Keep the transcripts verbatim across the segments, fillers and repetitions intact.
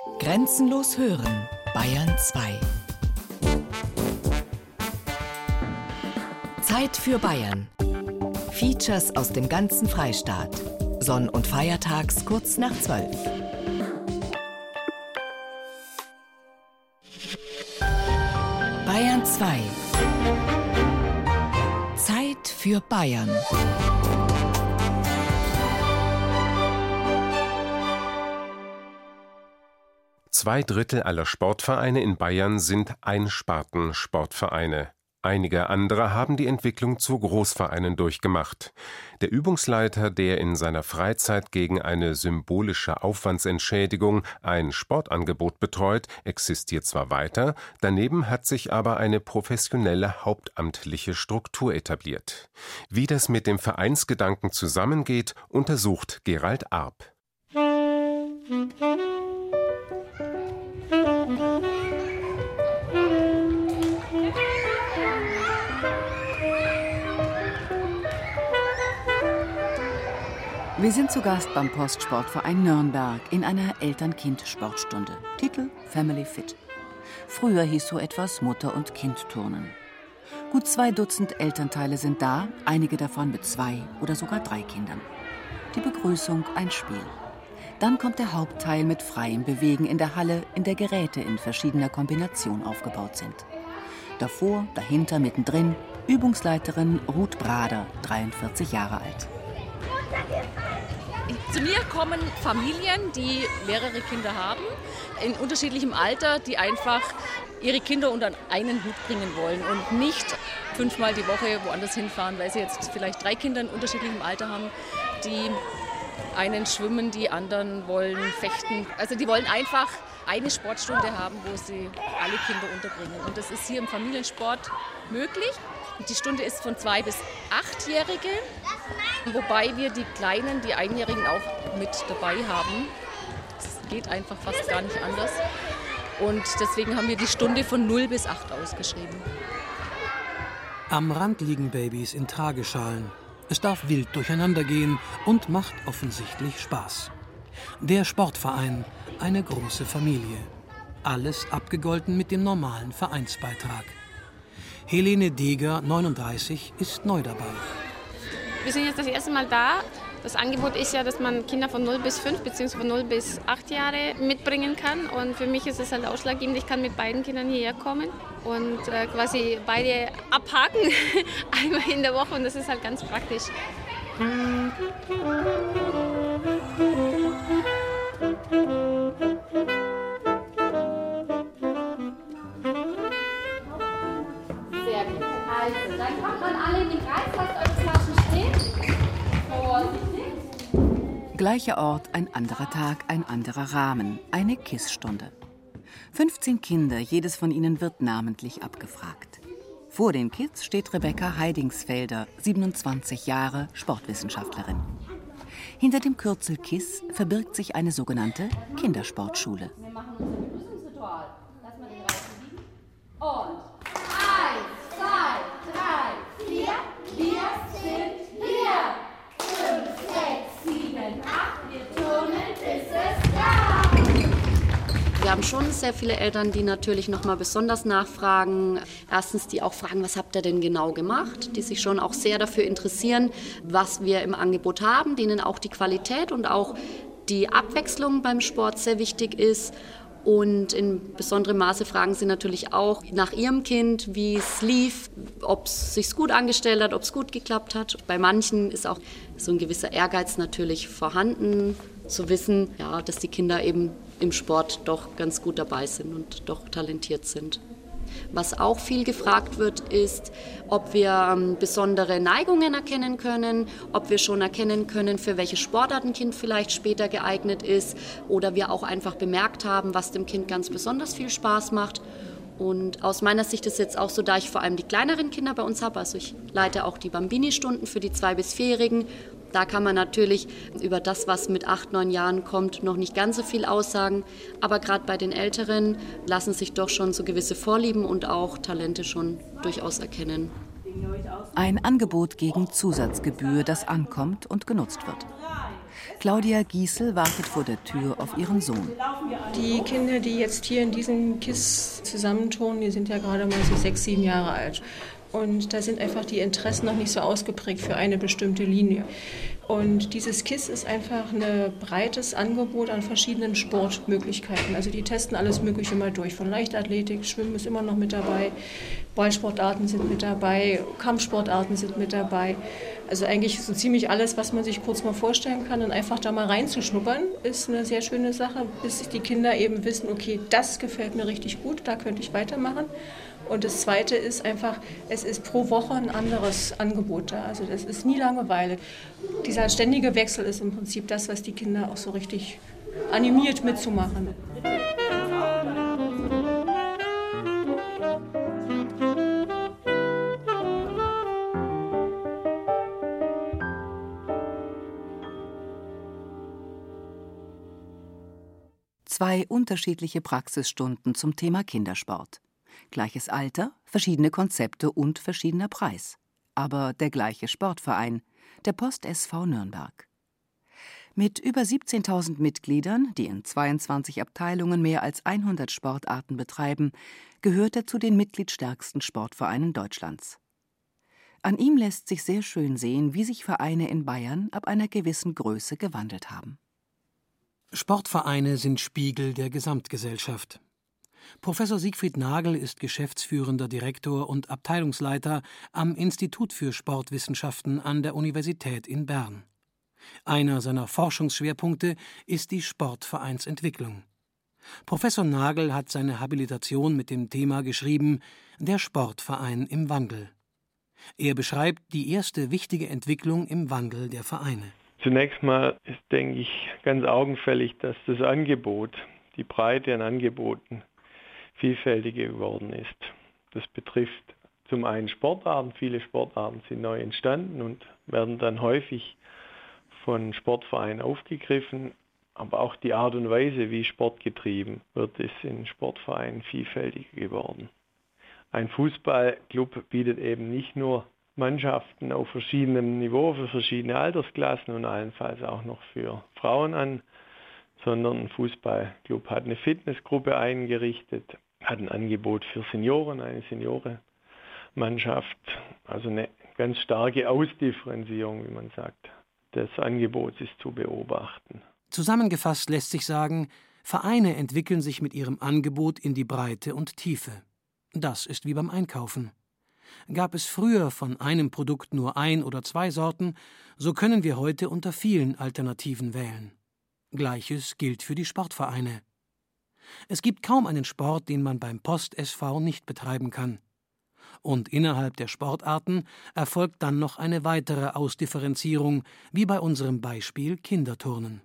Grenzenlos hören, Bayern zwei. Zeit für Bayern. Features aus dem ganzen Freistaat. Sonn- und Feiertags kurz nach zwölf. Bayern zwei. Zeit für Bayern. Zwei Drittel aller Sportvereine in Bayern sind Einsparten-Sportvereine. Einige andere haben die Entwicklung zu Großvereinen durchgemacht. Der Übungsleiter, der in seiner Freizeit gegen eine symbolische Aufwandsentschädigung ein Sportangebot betreut, existiert zwar weiter, daneben hat sich aber eine professionelle hauptamtliche Struktur etabliert. Wie das mit dem Vereinsgedanken zusammengeht, untersucht Gerald Arp. Wir sind zu Gast beim Postsportverein Nürnberg in einer Eltern-Kind-Sportstunde. Titel Family Fit. Früher hieß so etwas Mutter- und Kindturnen. Gut zwei Dutzend Elternteile sind da, einige davon mit zwei oder sogar drei Kindern. Die Begrüßung ein Spiel. Dann kommt der Hauptteil mit freiem Bewegen in der Halle, in der Geräte in verschiedener Kombination aufgebaut sind. Davor, dahinter, mittendrin, Übungsleiterin Ruth Brader, dreiundvierzig Jahre alt. Zu mir kommen Familien, die mehrere Kinder haben, in unterschiedlichem Alter, die einfach ihre Kinder unter einen Hut bringen wollen und nicht fünfmal die Woche woanders hinfahren, weil sie jetzt vielleicht drei Kinder in unterschiedlichem Alter haben. Die einen schwimmen, die anderen wollen fechten. Also die wollen einfach eine Sportstunde haben, wo sie alle Kinder unterbringen. Und das ist hier im Familiensport möglich. Die Stunde ist von zwei bis achtjährige, wobei wir die Kleinen, die Einjährigen auch mit dabei haben. Es geht einfach fast gar nicht anders. Und deswegen haben wir die Stunde von null bis acht ausgeschrieben. Am Rand liegen Babys in Trageschalen. Es darf wild durcheinander gehen und macht offensichtlich Spaß. Der Sportverein, eine große Familie. Alles abgegolten mit dem normalen Vereinsbeitrag. Helene Deger, neununddreißig, ist neu dabei. Wir sind jetzt das erste Mal da. Das Angebot ist ja, dass man Kinder von null bis fünf bzw. von null bis acht Jahre mitbringen kann. Und für mich ist es halt ausschlaggebend, ich kann mit beiden Kindern hierher kommen und äh, quasi beide abhaken, einmal in der Woche. Und das ist halt ganz praktisch. Also, dann kommt man alle in den Kreis, lasst eure Taschen stehen. Vorsichtig. Gleicher Ort, ein anderer Tag, ein anderer Rahmen. Eine Kissstunde. fünfzehn Kinder, jedes von ihnen wird namentlich abgefragt. Vor den Kids steht Rebecca Heidingsfelder, siebenundzwanzig Jahre, Sportwissenschaftlerin. Hinter dem Kürzel KISS verbirgt sich eine sogenannte Kindersportschule. Wir machen unser Begrüßungsritual. Lass mal den Reifen liegen. Und eins, zwei, drei, vier. Wir sind hier. Fünf, sechs, sieben, acht. Wir turnen, bis es da. Wir haben schon sehr viele Eltern, die natürlich noch mal besonders nachfragen. Erstens, die auch fragen, was habt ihr denn genau gemacht? Die sich schon auch sehr dafür interessieren, was wir im Angebot haben, denen auch die Qualität und auch die Abwechslung beim Sport sehr wichtig ist. Und in besonderem Maße fragen sie natürlich auch nach ihrem Kind, wie es lief, ob es sich gut angestellt hat, ob es gut geklappt hat. Bei manchen ist auch so ein gewisser Ehrgeiz natürlich vorhanden, zu wissen, ja, dass die Kinder eben im Sport doch ganz gut dabei sind und doch talentiert sind. Was auch viel gefragt wird, ist, ob wir ähm, besondere Neigungen erkennen können, ob wir schon erkennen können, für welche Sportart ein Kind vielleicht später geeignet ist oder wir auch einfach bemerkt haben, was dem Kind ganz besonders viel Spaß macht. Und aus meiner Sicht ist jetzt auch so, da ich vor allem die kleineren Kinder bei uns habe, also ich leite auch die Bambini-Stunden für die zwei- bis vierjährigen, da kann man natürlich über das, was mit acht, neun Jahren kommt, noch nicht ganz so viel aussagen. Aber gerade bei den Älteren lassen sich doch schon so gewisse Vorlieben und auch Talente schon durchaus erkennen. Ein Angebot gegen Zusatzgebühr, das ankommt und genutzt wird. Claudia Giesel wartet vor der Tür auf ihren Sohn. Die Kinder, die jetzt hier in diesem K I S zusammentun, die sind ja gerade mal so sechs, sieben Jahre alt. Und da sind einfach die Interessen noch nicht so ausgeprägt für eine bestimmte Linie. Und dieses K I S ist einfach ein breites Angebot an verschiedenen Sportmöglichkeiten. Also die testen alles Mögliche mal durch. Von Leichtathletik, Schwimmen ist immer noch mit dabei, Ballsportarten sind mit dabei, Kampfsportarten sind mit dabei. Also eigentlich so ziemlich alles, was man sich kurz mal vorstellen kann. Und einfach da mal reinzuschnuppern, ist eine sehr schöne Sache, bis die Kinder eben wissen, okay, das gefällt mir richtig gut, da könnte ich weitermachen. Und das Zweite ist einfach, es ist pro Woche ein anderes Angebot da. Also das ist nie Langeweile. Dieser ständige Wechsel ist im Prinzip das, was die Kinder auch so richtig animiert mitzumachen. Zwei unterschiedliche Praxisstunden zum Thema Kindersport. Gleiches Alter, verschiedene Konzepte und verschiedener Preis. Aber der gleiche Sportverein, der Post S V Nürnberg. Mit über siebzehntausend Mitgliedern, die in zweiundzwanzig Abteilungen mehr als hundert Sportarten betreiben, gehört er zu den mitgliedstärksten Sportvereinen Deutschlands. An ihm lässt sich sehr schön sehen, wie sich Vereine in Bayern ab einer gewissen Größe gewandelt haben. Sportvereine sind Spiegel der Gesamtgesellschaft. Professor Siegfried Nagel ist geschäftsführender Direktor und Abteilungsleiter am Institut für Sportwissenschaften an der Universität in Bern. Einer seiner Forschungsschwerpunkte ist die Sportvereinsentwicklung. Professor Nagel hat seine Habilitation mit dem Thema geschrieben: Der Sportverein im Wandel. Er beschreibt die erste wichtige Entwicklung im Wandel der Vereine. Zunächst mal ist, denke ich, ganz augenfällig, dass das Angebot, die Breite an Angeboten vielfältiger geworden ist. Das betrifft zum einen Sportarten. Viele Sportarten sind neu entstanden und werden dann häufig von Sportvereinen aufgegriffen. Aber auch die Art und Weise, wie Sport getrieben wird, ist in Sportvereinen vielfältiger geworden. Ein Fußballclub bietet eben nicht nur Mannschaften auf verschiedenem Niveau für verschiedene Altersklassen und allenfalls auch noch für Frauen an, sondern ein Fußballclub hat eine Fitnessgruppe eingerichtet, hat ein Angebot für Senioren, eine Seniorenmannschaft, also eine ganz starke Ausdifferenzierung, wie man sagt, des Angebots ist zu beobachten. Zusammengefasst lässt sich sagen, Vereine entwickeln sich mit ihrem Angebot in die Breite und Tiefe. Das ist wie beim Einkaufen. Gab es früher von einem Produkt nur ein oder zwei Sorten, so können wir heute unter vielen Alternativen wählen. Gleiches gilt für die Sportvereine. Es gibt kaum einen Sport, den man beim Post S V nicht betreiben kann. Und innerhalb der Sportarten erfolgt dann noch eine weitere Ausdifferenzierung, wie bei unserem Beispiel Kinderturnen.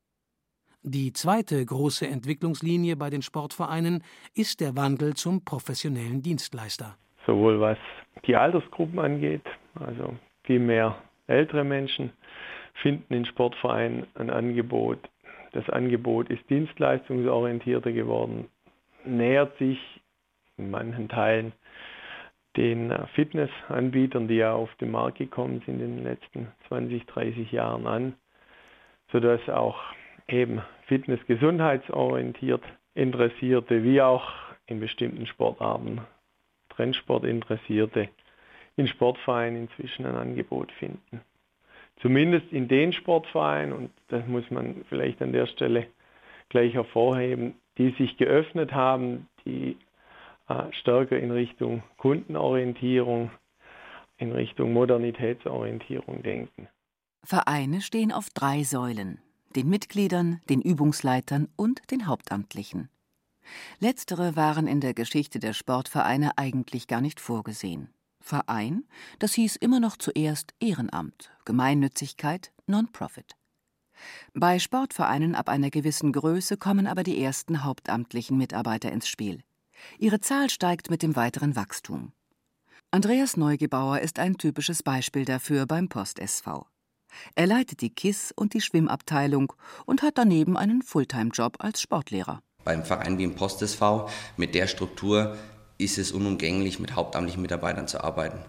Die zweite große Entwicklungslinie bei den Sportvereinen ist der Wandel zum professionellen Dienstleister. Sowohl was die Altersgruppen angeht, also viel mehr ältere Menschen finden in Sportvereinen ein Angebot. Das Angebot ist dienstleistungsorientierter geworden, nähert sich in manchen Teilen den Fitnessanbietern, die ja auf den Markt gekommen sind in den letzten zwanzig, dreißig Jahren an, sodass auch eben fitness-gesundheitsorientiert Interessierte wie auch in bestimmten Sportarten Trendsportinteressierte in Sportvereinen inzwischen ein Angebot finden. Zumindest in den Sportvereinen, und das muss man vielleicht an der Stelle gleich hervorheben, die sich geöffnet haben, die äh, stärker in Richtung Kundenorientierung, in Richtung Modernitätsorientierung denken. Vereine stehen auf drei Säulen: den Mitgliedern, den Übungsleitern und den Hauptamtlichen. Letztere waren in der Geschichte der Sportvereine eigentlich gar nicht vorgesehen. Verein, das hieß immer noch zuerst Ehrenamt, Gemeinnützigkeit, Non-Profit. Bei Sportvereinen ab einer gewissen Größe kommen aber die ersten hauptamtlichen Mitarbeiter ins Spiel. Ihre Zahl steigt mit dem weiteren Wachstum. Andreas Neugebauer ist ein typisches Beispiel dafür beim Post S V. Er leitet die K I S und die Schwimmabteilung und hat daneben einen Fulltime-Job als Sportlehrer. Beim Verein wie im Post S V mit der Struktur ist es unumgänglich, mit hauptamtlichen Mitarbeitern zu arbeiten.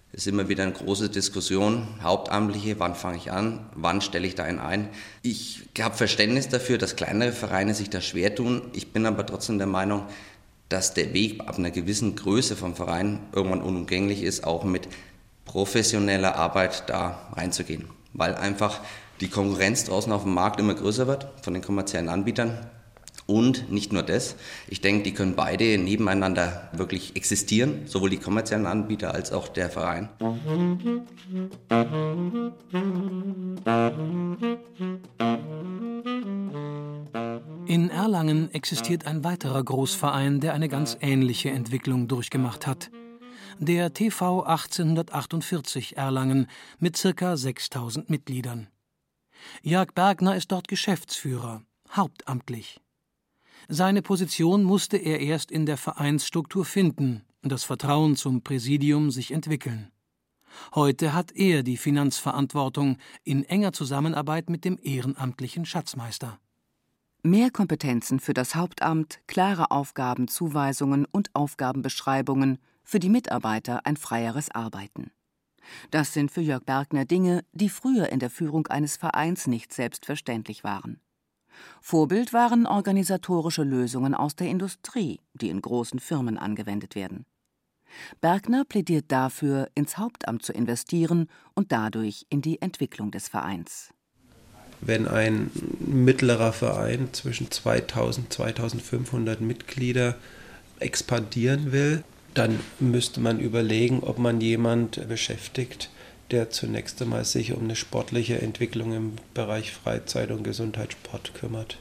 Es ist immer wieder eine große Diskussion, Hauptamtliche, wann fange ich an, wann stelle ich da einen ein. Ich habe Verständnis dafür, dass kleinere Vereine sich da schwer tun. Ich bin aber trotzdem der Meinung, dass der Weg ab einer gewissen Größe vom Verein irgendwann unumgänglich ist, auch mit professioneller Arbeit da reinzugehen. Weil einfach die Konkurrenz draußen auf dem Markt immer größer wird von den kommerziellen Anbietern. Und nicht nur das, ich denke, die können beide nebeneinander wirklich existieren, sowohl die kommerziellen Anbieter als auch der Verein. In Erlangen existiert ein weiterer Großverein, der eine ganz ähnliche Entwicklung durchgemacht hat. Der T V achtzehnhundertachtundvierzig Erlangen mit ca. sechstausend Mitgliedern. Jörg Bergner ist dort Geschäftsführer, hauptamtlich. Seine Position musste er erst in der Vereinsstruktur finden und das Vertrauen zum Präsidium sich entwickeln. Heute hat er die Finanzverantwortung in enger Zusammenarbeit mit dem ehrenamtlichen Schatzmeister. Mehr Kompetenzen für das Hauptamt, klare Aufgabenzuweisungen und Aufgabenbeschreibungen, für die Mitarbeiter ein freieres Arbeiten. Das sind für Jörg Bergner Dinge, die früher in der Führung eines Vereins nicht selbstverständlich waren. Vorbild waren organisatorische Lösungen aus der Industrie, die in großen Firmen angewendet werden. Bergner plädiert dafür, ins Hauptamt zu investieren und dadurch in die Entwicklung des Vereins. Wenn ein mittlerer Verein zwischen zweitausend und zweitausendfünfhundert Mitglieder expandieren will, dann müsste man überlegen, ob man jemanden beschäftigt, der zunächst einmal sich um eine sportliche Entwicklung im Bereich Freizeit- und Gesundheitssport kümmert.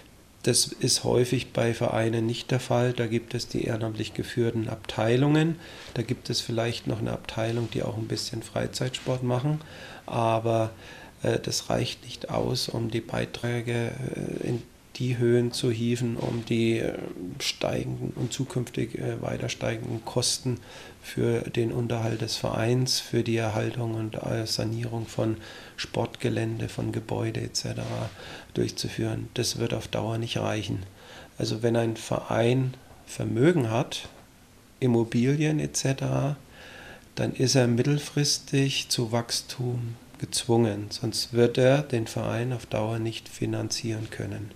Das ist häufig bei Vereinen nicht der Fall. Da gibt es die ehrenamtlich geführten Abteilungen. Da gibt es vielleicht noch eine Abteilung, die auch ein bisschen Freizeitsport machen. Aber äh, das reicht nicht aus, um die Beiträge äh, in die Höhen zu hieven, um die äh, steigenden und zukünftig äh, weiter steigenden Kosten für den Unterhalt des Vereins, für die Erhaltung und äh, Sanierung von Sportgelände, von Gebäude et cetera durchzuführen. Das wird auf Dauer nicht reichen. Also wenn ein Verein Vermögen hat, Immobilien et cetera, dann ist er mittelfristig zu Wachstum gezwungen, sonst wird er den Verein auf Dauer nicht finanzieren können.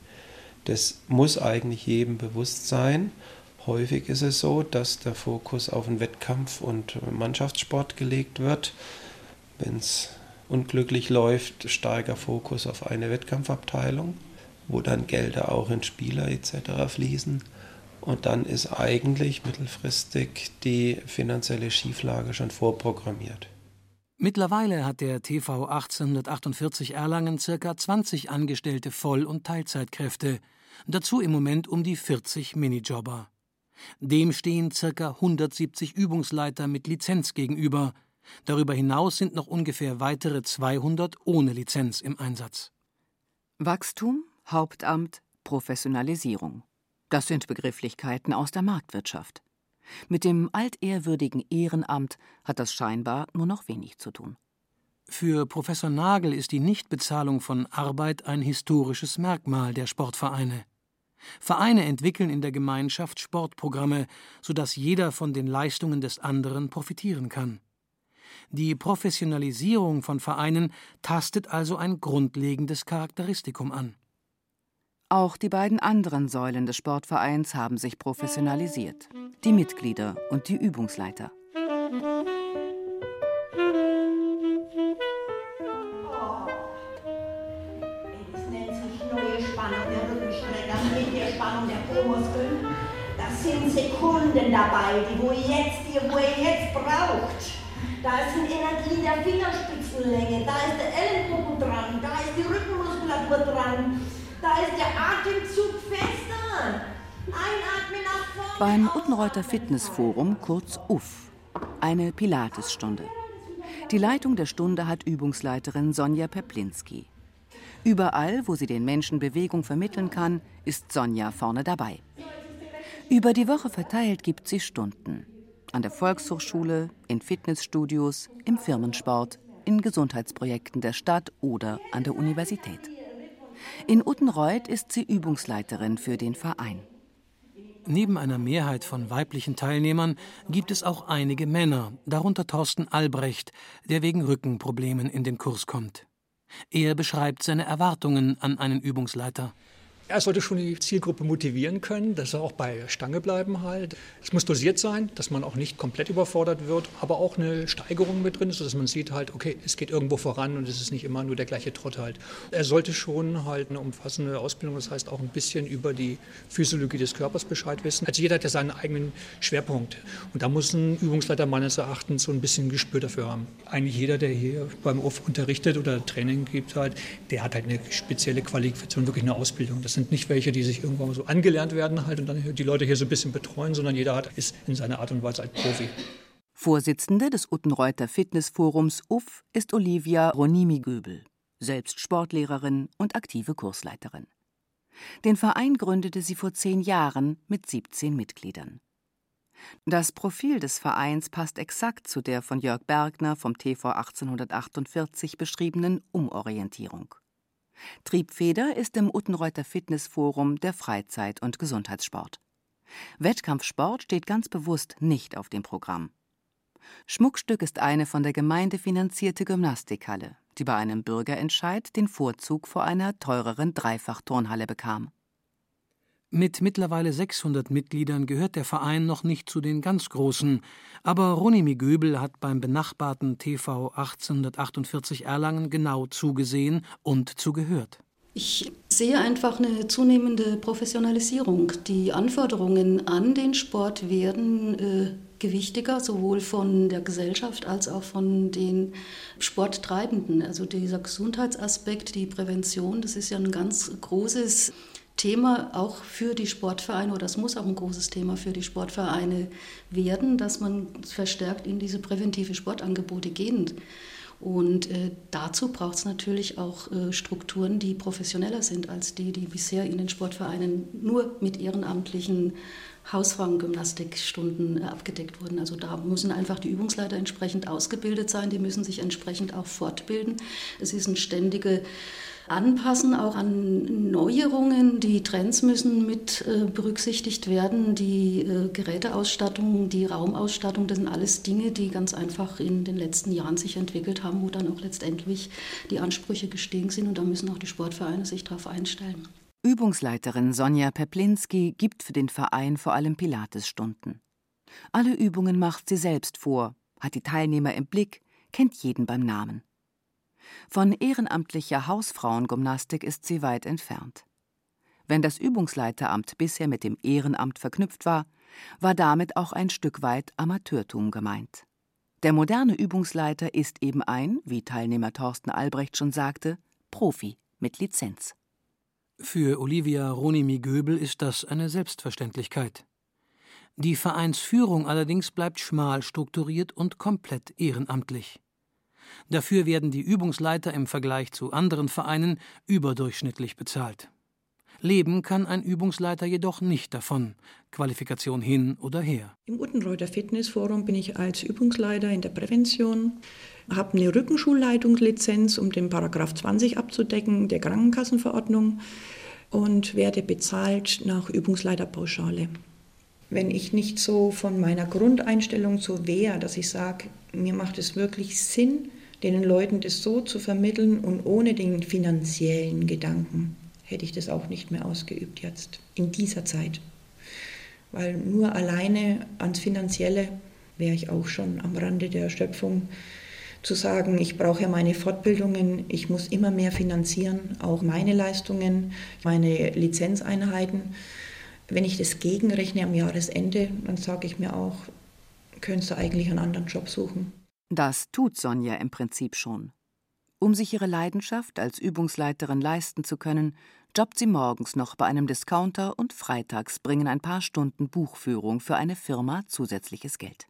Das muss eigentlich jedem bewusst sein. Häufig ist es so, dass der Fokus auf den Wettkampf und Mannschaftssport gelegt wird. Wenn es unglücklich läuft, starker Fokus auf eine Wettkampfabteilung, wo dann Gelder auch in Spieler et cetera fließen. Und dann ist eigentlich mittelfristig die finanzielle Schieflage schon vorprogrammiert. Mittlerweile hat der T V achtzehnhundertachtundvierzig Erlangen ca. zwanzig angestellte Voll- und Teilzeitkräfte, dazu im Moment um die vierzig Minijobber. Dem stehen ca. hundertsiebzig Übungsleiter mit Lizenz gegenüber. Darüber hinaus sind noch ungefähr weitere zweihundert ohne Lizenz im Einsatz. Wachstum, Hauptamt, Professionalisierung. Das sind Begrifflichkeiten aus der Marktwirtschaft. Mit dem altehrwürdigen Ehrenamt hat das scheinbar nur noch wenig zu tun. Für Professor Nagel ist die Nichtbezahlung von Arbeit ein historisches Merkmal der Sportvereine. Vereine entwickeln in der Gemeinschaft Sportprogramme, sodass jeder von den Leistungen des anderen profitieren kann. Die Professionalisierung von Vereinen tastet also ein grundlegendes Charakteristikum an. Auch die beiden anderen Säulen des Sportvereins haben sich professionalisiert. Die Mitglieder und die Übungsleiter. Oh. Das nennt sich neue Spannung der Rückenstrecker, mit der Spannung der Po-Muskeln. Das sind Sekunden dabei, die wo, jetzt, die wo ihr jetzt braucht. Da ist die Energie der Fingerspitzenlänge, da ist der Ellenbogen dran, da ist die Rückenmuskulatur dran. Da ist der Atemzug fester. Einatmen nach vorne. Beim Uttenreuther Fitnessforum, kurz U F, eine Pilatesstunde. Die Leitung der Stunde hat Übungsleiterin Sonja Peplinski. Überall, wo sie den Menschen Bewegung vermitteln kann, ist Sonja vorne dabei. Über die Woche verteilt gibt sie Stunden. An der Volkshochschule, in Fitnessstudios, im Firmensport, in Gesundheitsprojekten der Stadt oder an der Universität. In Uttenreuth ist sie Übungsleiterin für den Verein. Neben einer Mehrheit von weiblichen Teilnehmern gibt es auch einige Männer, darunter Thorsten Albrecht, der wegen Rückenproblemen in den Kurs kommt. Er beschreibt seine Erwartungen an einen Übungsleiter. Er sollte schon die Zielgruppe motivieren können, dass er auch bei Stange bleiben halt. Es muss dosiert sein, dass man auch nicht komplett überfordert wird, aber auch eine Steigerung mit drin ist, sodass man sieht halt, okay, es geht irgendwo voran und es ist nicht immer nur der gleiche Trott halt. Er sollte schon halt eine umfassende Ausbildung, das heißt auch ein bisschen über die Physiologie des Körpers Bescheid wissen. Also jeder hat ja seinen eigenen Schwerpunkt und da muss ein Übungsleiter meines Erachtens so ein bisschen Gespür dafür haben. Eigentlich jeder, der hier beim U F unterrichtet oder Training gibt halt, der hat halt eine spezielle Qualifikation, wirklich eine Ausbildung. Das sind nicht welche, die sich irgendwann so angelernt werden halt und dann die Leute hier so ein bisschen betreuen, sondern jeder hat, ist in seiner Art und Weise ein Profi. Vorsitzende des Uttenreuther Fitnessforums U F ist Olivia Ronimi-Göbel, selbst Sportlehrerin und aktive Kursleiterin. Den Verein gründete sie vor zehn Jahren mit siebzehn Mitgliedern. Das Profil des Vereins passt exakt zu der von Jörg Bergner vom T V achtzehnhundertachtundvierzig beschriebenen Umorientierung. Triebfeder ist im Uttenreuther Fitnessforum der Freizeit- und Gesundheitssport. Wettkampfsport steht ganz bewusst nicht auf dem Programm. Schmuckstück ist eine von der Gemeinde finanzierte Gymnastikhalle, die bei einem Bürgerentscheid den Vorzug vor einer teureren Dreifachturnhalle bekam. Mit mittlerweile sechshundert Mitgliedern gehört der Verein noch nicht zu den ganz Großen, aber Ronimi-Göbel hat beim benachbarten T V achtzehnhundertachtundvierzig Erlangen genau zugesehen und zugehört. Ich sehe einfach eine zunehmende Professionalisierung. Die Anforderungen an den Sport werden äh, gewichtiger, sowohl von der Gesellschaft als auch von den Sporttreibenden. Also dieser Gesundheitsaspekt, die Prävention, das ist ja ein ganz großes Thema auch für die Sportvereine, oder das muss auch ein großes Thema für die Sportvereine werden, dass man verstärkt in diese präventive Sportangebote geht. Und äh, dazu braucht es natürlich auch äh, Strukturen, die professioneller sind als die, die bisher in den Sportvereinen nur mit ehrenamtlichen Hausfrauen-Gymnastikstunden äh, abgedeckt wurden. Also da müssen einfach die Übungsleiter entsprechend ausgebildet sein, die müssen sich entsprechend auch fortbilden. Es ist ein ständige Anpassen auch an Neuerungen. Die Trends müssen mit äh, berücksichtigt werden. Die äh, Geräteausstattung, die Raumausstattung, das sind alles Dinge, die ganz einfach in den letzten Jahren sich entwickelt haben, wo dann auch letztendlich die Ansprüche gestiegen sind. Und da müssen auch die Sportvereine sich darauf einstellen. Übungsleiterin Sonja Peplinski gibt für den Verein vor allem Pilatesstunden. Alle Übungen macht sie selbst vor, hat die Teilnehmer im Blick, kennt jeden beim Namen. Von ehrenamtlicher Hausfrauengymnastik ist sie weit entfernt. Wenn das Übungsleiteramt bisher mit dem Ehrenamt verknüpft war, war damit auch ein Stück weit Amateurtum gemeint. Der moderne Übungsleiter ist eben ein, wie Teilnehmer Thorsten Albrecht schon sagte, Profi mit Lizenz. Für Olivia Ronimi-Göbel ist das eine Selbstverständlichkeit. Die Vereinsführung allerdings bleibt schmal strukturiert und komplett ehrenamtlich. Dafür werden die Übungsleiter im Vergleich zu anderen Vereinen überdurchschnittlich bezahlt. Leben kann ein Übungsleiter jedoch nicht davon, Qualifikation hin oder her. Im Uttenreuther Fitnessforum bin ich als Übungsleiter in der Prävention, habe eine Rückenschulleitungslizenz, um den Paragraph zwanzig abzudecken, der Krankenkassenverordnung, und werde bezahlt nach Übungsleiterpauschale. Wenn ich nicht so von meiner Grundeinstellung so wäre, dass ich sage, mir macht es wirklich Sinn, den Leuten das so zu vermitteln und ohne den finanziellen Gedanken, hätte ich das auch nicht mehr ausgeübt jetzt, in dieser Zeit. Weil nur alleine ans Finanzielle wäre ich auch schon am Rande der Erschöpfung. Zu sagen, ich brauche ja meine Fortbildungen, ich muss immer mehr finanzieren, auch meine Leistungen, meine Lizenzeinheiten. Wenn ich das gegenrechne am Jahresende, dann sage ich mir auch, könntest du eigentlich einen anderen Job suchen. Das tut Sonja im Prinzip schon. Um sich ihre Leidenschaft als Übungsleiterin leisten zu können, jobbt sie morgens noch bei einem Discounter und freitags bringen ein paar Stunden Buchführung für eine Firma zusätzliches Geld.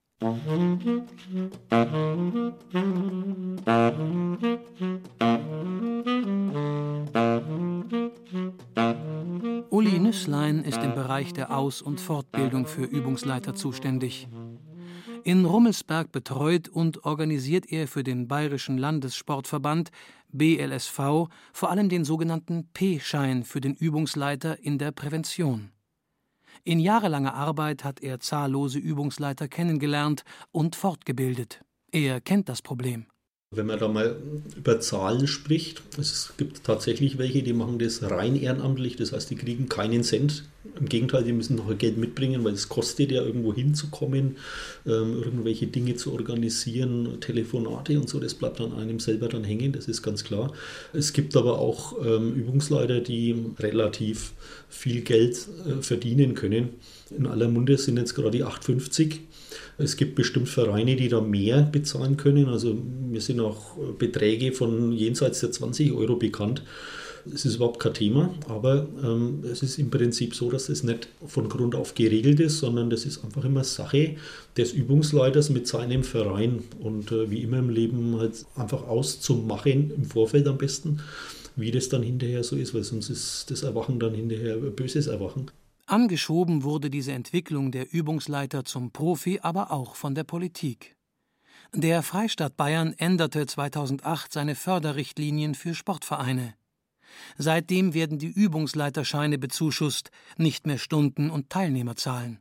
Uli Nüßlein ist im Bereich der Aus- und Fortbildung für Übungsleiter zuständig. In Rummelsberg betreut und organisiert er für den Bayerischen Landessportverband B L S V vor allem den sogenannten P-Schein für den Übungsleiter in der Prävention. In jahrelanger Arbeit hat er zahllose Übungsleiter kennengelernt und fortgebildet. Er kennt das Problem. Wenn man da mal über Zahlen spricht, es gibt tatsächlich welche, die machen das rein ehrenamtlich, das heißt, die kriegen keinen Cent. Im Gegenteil, die müssen noch Geld mitbringen, weil es kostet ja, irgendwo hinzukommen, ähm, irgendwelche Dinge zu organisieren, Telefonate und so, das bleibt an einem selber dann hängen, das ist ganz klar. Es gibt aber auch ähm, Übungsleiter, die relativ viel Geld äh, verdienen können. In aller Munde sind jetzt gerade die acht fünfzig. Es gibt bestimmt Vereine, die da mehr bezahlen können. Also mir sind auch Beträge von jenseits der zwanzig Euro bekannt. Es ist überhaupt kein Thema, aber ähm, es ist im Prinzip so, dass es nicht von Grund auf geregelt ist, sondern das ist einfach immer Sache des Übungsleiters mit seinem Verein und äh, wie immer im Leben halt einfach auszumachen, im Vorfeld am besten, wie das dann hinterher so ist, weil sonst ist das Erwachen dann hinterher ein böses Erwachen. Angeschoben wurde diese Entwicklung der Übungsleiter zum Profi aber auch von der Politik. Der Freistaat Bayern änderte zweitausendacht seine Förderrichtlinien für Sportvereine. Seitdem werden die Übungsleiterscheine bezuschusst, nicht mehr Stunden- und Teilnehmerzahlen.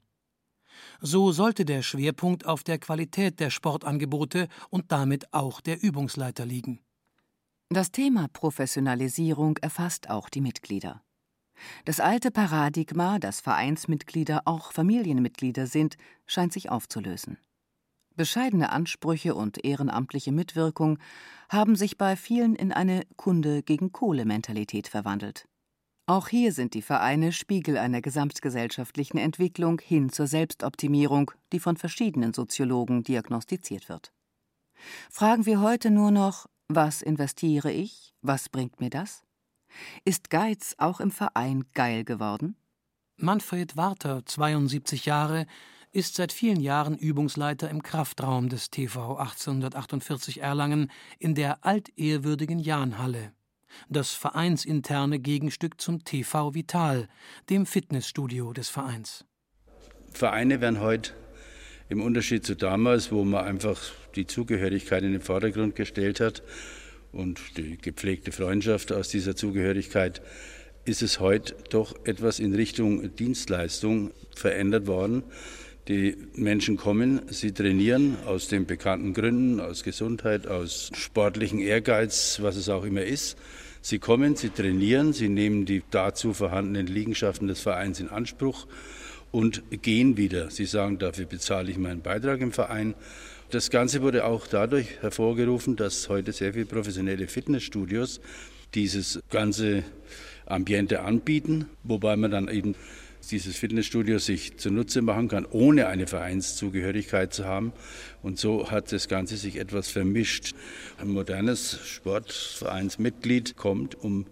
So sollte der Schwerpunkt auf der Qualität der Sportangebote und damit auch der Übungsleiter liegen. Das Thema Professionalisierung erfasst auch die Mitglieder. Das alte Paradigma, dass Vereinsmitglieder auch Familienmitglieder sind, scheint sich aufzulösen. Bescheidene Ansprüche und ehrenamtliche Mitwirkung haben sich bei vielen in eine Kunde-gegen-Kohle-Mentalität verwandelt. Auch hier sind die Vereine Spiegel einer gesamtgesellschaftlichen Entwicklung hin zur Selbstoptimierung, die von verschiedenen Soziologen diagnostiziert wird. Fragen wir heute nur noch, was investiere ich, was bringt mir das? Ist Geiz auch im Verein geil geworden? Manfred Warter, zweiundsiebzig Jahre, ist seit vielen Jahren Übungsleiter im Kraftraum des T V achtzehnhundertachtundvierzig Erlangen in der altehrwürdigen Jahnhalle, das vereinsinterne Gegenstück zum T V Vital, dem Fitnessstudio des Vereins. Vereine werden heute im Unterschied zu damals, wo man einfach die Zugehörigkeit in den Vordergrund gestellt hat, und die gepflegte Freundschaft aus dieser Zugehörigkeit, ist es heute doch etwas in Richtung Dienstleistung verändert worden. Die Menschen kommen, sie trainieren aus den bekannten Gründen, aus Gesundheit, aus sportlichem Ehrgeiz, was es auch immer ist. Sie kommen, sie trainieren, sie nehmen die dazu vorhandenen Liegenschaften des Vereins in Anspruch und gehen wieder. Sie sagen, dafür bezahle ich meinen Beitrag im Verein. Das Ganze wurde auch dadurch hervorgerufen, dass heute sehr viele professionelle Fitnessstudios dieses ganze Ambiente anbieten, wobei man dann eben dieses Fitnessstudio sich zunutze machen kann, ohne eine Vereinszugehörigkeit zu haben. Und so hat das Ganze sich etwas vermischt. Ein modernes Sportvereinsmitglied kommt, um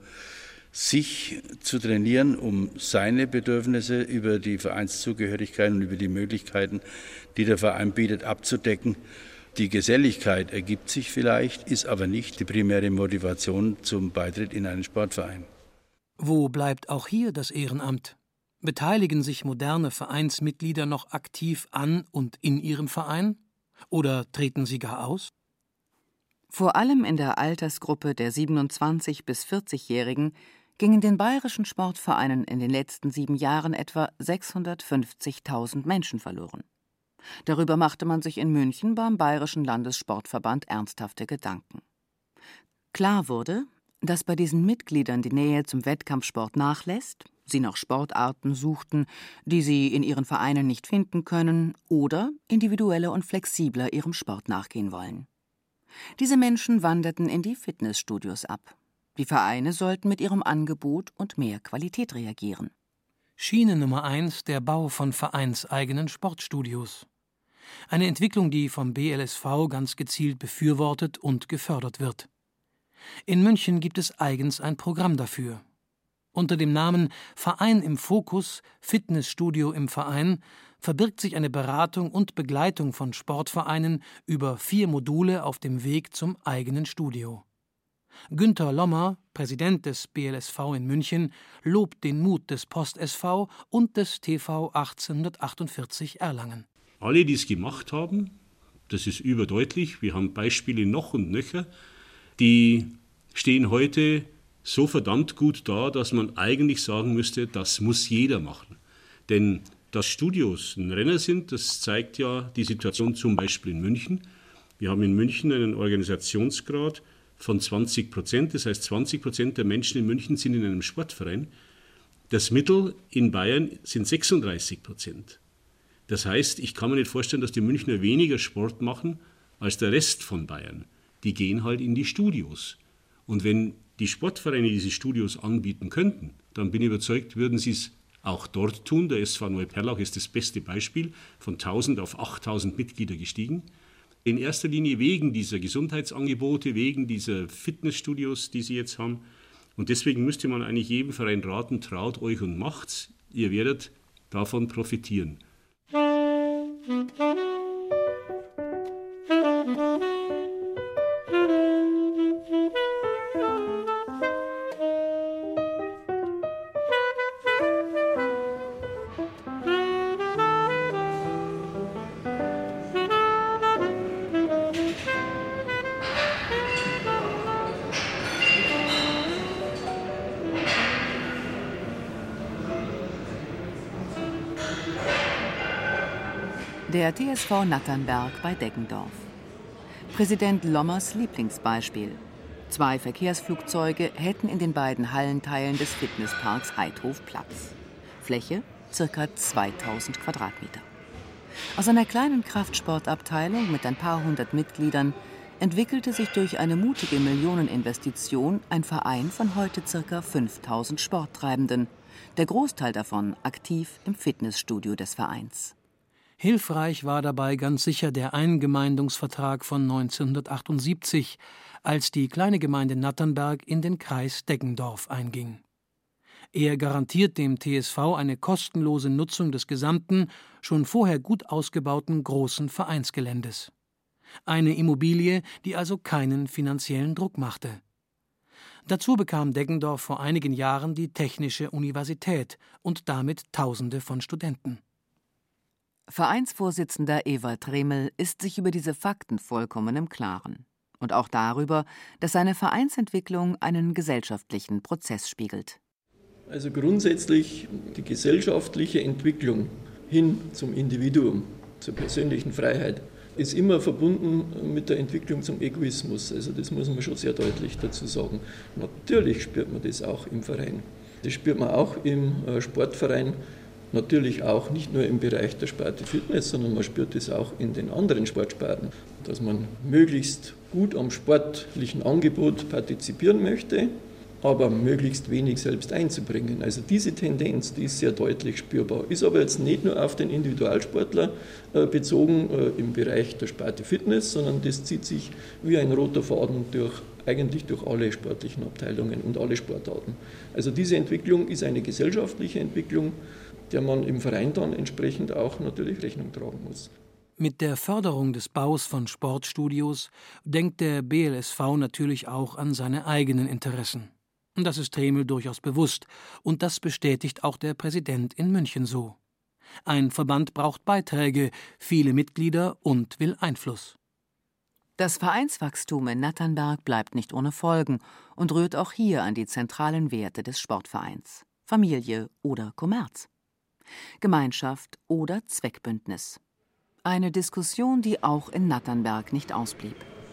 sich zu trainieren, um seine Bedürfnisse über die Vereinszugehörigkeit und über die Möglichkeiten, die der Verein bietet, abzudecken. Die Geselligkeit ergibt sich vielleicht, ist aber nicht die primäre Motivation zum Beitritt in einen Sportverein. Wo bleibt auch hier das Ehrenamt? Beteiligen sich moderne Vereinsmitglieder noch aktiv an und in ihrem Verein? Oder treten sie gar aus? Vor allem in der Altersgruppe der siebenundzwanzig- bis vierzigjährigen gingen den bayerischen Sportvereinen in den letzten sieben Jahren etwa sechshundertfünfzigtausend Menschen verloren. Darüber machte man sich in München beim Bayerischen Landessportverband ernsthafte Gedanken. Klar wurde, dass bei diesen Mitgliedern die Nähe zum Wettkampfsport nachlässt, sie nach Sportarten suchten, die sie in ihren Vereinen nicht finden können oder individueller und flexibler ihrem Sport nachgehen wollen. Diese Menschen wanderten in die Fitnessstudios ab. Die Vereine sollten mit ihrem Angebot und mehr Qualität reagieren. Schiene Nummer eins der Bau von vereinseigenen Sportstudios. Eine Entwicklung, die vom B L S V ganz gezielt befürwortet und gefördert wird. In München gibt es eigens ein Programm dafür. Unter dem Namen Verein im Fokus, Fitnessstudio im Verein verbirgt sich eine Beratung und Begleitung von Sportvereinen über vier Module auf dem Weg zum eigenen Studio. Günter Lommer, Präsident des B L S V in München, lobt den Mut des Post S V und des T V achtzehnhundertachtundvierzig Erlangen. Alle, die es gemacht haben, das ist überdeutlich, wir haben Beispiele noch und nöcher, die stehen heute so verdammt gut da, dass man eigentlich sagen müsste, das muss jeder machen. Denn Dass Studios ein Renner sind, das zeigt ja die Situation zum Beispiel in München. Wir haben in München einen Organisationsgrad von zwanzig Prozent. Das heißt, zwanzig Prozent der Menschen in München sind in einem Sportverein. Das Mittel in Bayern sind sechsunddreißig Prozent. Das heißt, ich kann mir nicht vorstellen, dass die Münchner weniger Sport machen als der Rest von Bayern. Die gehen halt in die Studios. Und wenn die Sportvereine diese Studios anbieten könnten, dann bin ich überzeugt, würden sie es auch dort tun. Der S V Neuperlach ist das beste Beispiel, von tausend auf achttausend Mitglieder gestiegen. In erster Linie wegen dieser Gesundheitsangebote, wegen dieser Fitnessstudios, die sie jetzt haben. Und deswegen müsste man eigentlich jedem Verein raten, traut euch und macht's. Ihr werdet davon profitieren. Der T S V Natternberg bei Deggendorf. Präsident Lommers Lieblingsbeispiel. Zwei Verkehrsflugzeuge hätten in den beiden Hallenteilen des Fitnessparks Heidhof Platz. Fläche ca. zweitausend Quadratmeter. Aus einer kleinen Kraftsportabteilung mit ein paar hundert Mitgliedern entwickelte sich durch eine mutige Millioneninvestition ein Verein von heute ca. fünftausend Sporttreibenden, der Großteil davon aktiv im Fitnessstudio des Vereins. Hilfreich war dabei ganz sicher der Eingemeindungsvertrag von neunzehnhundertachtundsiebzig, als die kleine Gemeinde Natternberg in den Kreis Deggendorf einging. Er garantiert dem T S V eine kostenlose Nutzung des gesamten, schon vorher gut ausgebauten großen Vereinsgeländes. Eine Immobilie, die also keinen finanziellen Druck machte. Dazu bekam Deggendorf vor einigen Jahren die Technische Universität und damit Tausende von Studenten. Vereinsvorsitzender Ewald Tremel ist sich über diese Fakten vollkommen im Klaren. Und auch darüber, dass seine Vereinsentwicklung einen gesellschaftlichen Prozess spiegelt. Also grundsätzlich die gesellschaftliche Entwicklung hin zum Individuum, zur persönlichen Freiheit, ist immer verbunden mit der Entwicklung zum Egoismus. Also das muss man schon sehr deutlich dazu sagen. Natürlich spürt man das auch im Verein. Das spürt man auch im Sportverein. Natürlich auch nicht nur im Bereich der Sparte Fitness, sondern man spürt es auch in den anderen Sportsparten, dass man möglichst gut am sportlichen Angebot partizipieren möchte, aber möglichst wenig selbst einzubringen. Also diese Tendenz, die ist sehr deutlich spürbar, ist aber jetzt nicht nur auf den Individualsportler äh, bezogen äh, im Bereich der Sparte Fitness, sondern das zieht sich wie ein roter Faden durch, eigentlich durch alle sportlichen Abteilungen und alle Sportarten. Also diese Entwicklung ist eine gesellschaftliche Entwicklung, der man im Verein dann entsprechend auch natürlich Rechnung tragen muss. Mit der Förderung des Baus von Sportstudios denkt der B L S V natürlich auch an seine eigenen Interessen. Das ist Tremel durchaus bewusst, und das bestätigt auch der Präsident in München so. Ein Verband braucht Beiträge, viele Mitglieder und will Einfluss. Das Vereinswachstum in Natternberg bleibt nicht ohne Folgen und rührt auch hier an die zentralen Werte des Sportvereins: Familie oder Kommerz, Gemeinschaft oder Zweckbündnis. Eine Diskussion, die auch in Natternberg nicht ausblieb.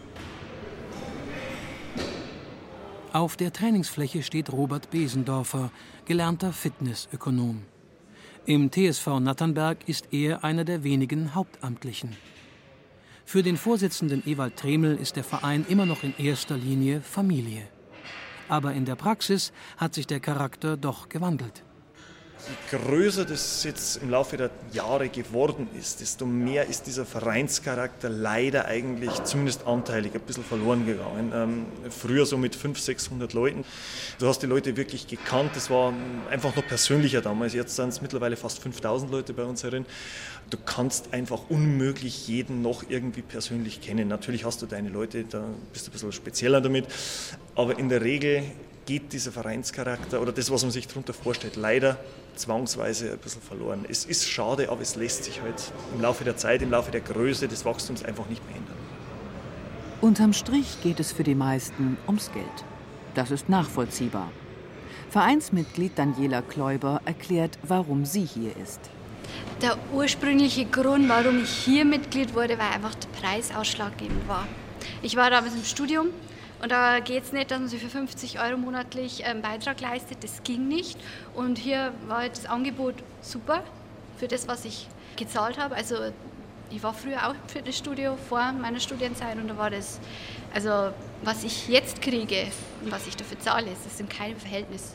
Auf der Trainingsfläche steht Robert Besendorfer, gelernter Fitnessökonom. Im T S V Natternberg ist er einer der wenigen Hauptamtlichen. Für den Vorsitzenden Ewald Tremel ist der Verein immer noch in erster Linie Familie. Aber in der Praxis hat sich der Charakter doch gewandelt. Je größer das jetzt im Laufe der Jahre geworden ist, desto mehr ist dieser Vereinscharakter leider eigentlich zumindest anteilig ein bisschen verloren gegangen. Ähm, früher so mit fünfhundert, sechshundert Leuten. Du hast die Leute wirklich gekannt, das war einfach noch persönlicher damals. Jetzt sind es mittlerweile fast fünftausend Leute bei uns herin. Du kannst einfach unmöglich jeden noch irgendwie persönlich kennen. Natürlich hast du deine Leute, da bist du ein bisschen spezieller damit, aber in der Regel geht dieser Vereinscharakter oder das, was man sich darunter vorstellt, leider zwangsweise ein bisschen verloren. Es ist schade, aber es lässt sich halt im Laufe der Zeit, im Laufe der Größe des Wachstums einfach nicht mehr ändern. Unterm Strich geht es für die meisten ums Geld. Das ist nachvollziehbar. Vereinsmitglied Daniela Kläuber erklärt, warum sie hier ist. Der ursprüngliche Grund, warum ich hier Mitglied wurde, weil einfach der Preis ausschlaggebend war. Ich war damals im Studium und da geht es nicht, dass man sich für fünfzig Euro monatlich einen Beitrag leistet. Das ging nicht. Und hier war halt das Angebot super für das, was ich gezahlt habe. Also ich war früher auch im Fitnessstudio vor meiner Studienzeit und da war das, also was ich jetzt kriege und was ich dafür zahle, das ist in keinem Verhältnis.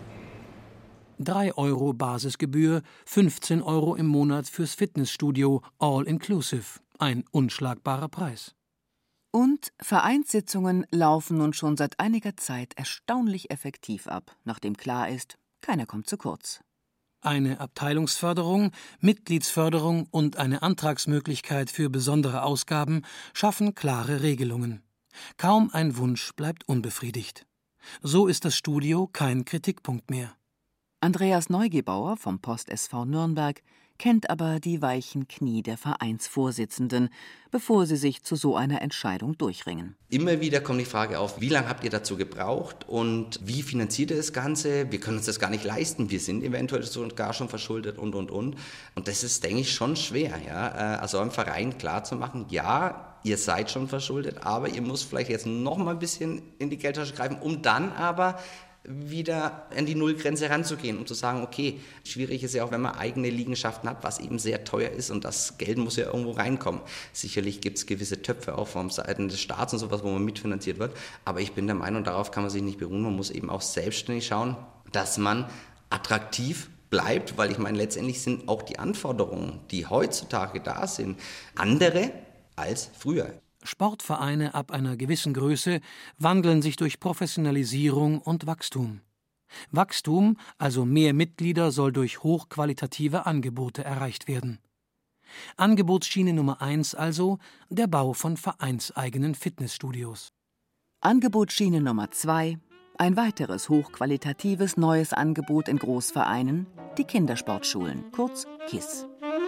drei Euro Basisgebühr, fünfzehn Euro im Monat fürs Fitnessstudio, all inclusive. Ein unschlagbarer Preis. Und Vereinssitzungen laufen nun schon seit einiger Zeit erstaunlich effektiv ab, nachdem klar ist, keiner kommt zu kurz. Eine Abteilungsförderung, Mitgliedsförderung und eine Antragsmöglichkeit für besondere Ausgaben schaffen klare Regelungen. Kaum ein Wunsch bleibt unbefriedigt. So ist das Studio kein Kritikpunkt mehr. Andreas Neugebauer vom Post S V Nürnberg kennt aber die weichen Knie der Vereinsvorsitzenden, bevor sie sich zu so einer Entscheidung durchringen. Immer wieder kommt die Frage auf, wie lange habt ihr dazu gebraucht und wie finanziert ihr das Ganze? Wir können uns das gar nicht leisten, wir sind eventuell sogar schon verschuldet und, und, und. Und das ist, denke ich, schon schwer, ja? Also einem Verein klarzumachen, ja, ihr seid schon verschuldet, aber ihr müsst vielleicht jetzt noch mal ein bisschen in die Geldtasche greifen, um dann aber wieder an die Nullgrenze ranzugehen, um zu sagen, okay, schwierig ist ja auch, wenn man eigene Liegenschaften hat, was eben sehr teuer ist und das Geld muss ja irgendwo reinkommen. Sicherlich gibt es gewisse Töpfe auch von Seiten des Staats und sowas, wo man mitfinanziert wird, aber ich bin der Meinung, darauf kann man sich nicht beruhen, man muss eben auch selbstständig schauen, dass man attraktiv bleibt, weil ich meine, letztendlich sind auch die Anforderungen, die heutzutage da sind, andere als früher. Sportvereine ab einer gewissen Größe wandeln sich durch Professionalisierung und Wachstum. Wachstum, also mehr Mitglieder, soll durch hochqualitative Angebote erreicht werden. Angebotsschiene Nummer eins also der Bau von vereinseigenen Fitnessstudios. Angebotsschiene Nummer zwei, ein weiteres hochqualitatives neues Angebot in Großvereinen, die Kindersportschulen, kurz K I S.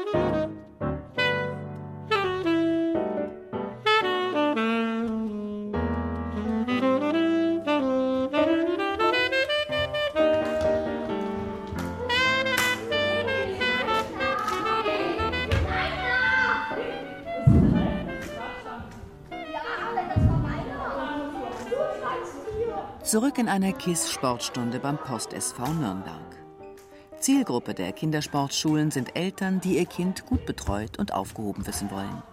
Zurück in einer K I S-Sportstunde beim Post S V Nürnberg. Zielgruppe der Kindersportschulen sind Eltern, die ihr Kind gut betreut und aufgehoben wissen wollen.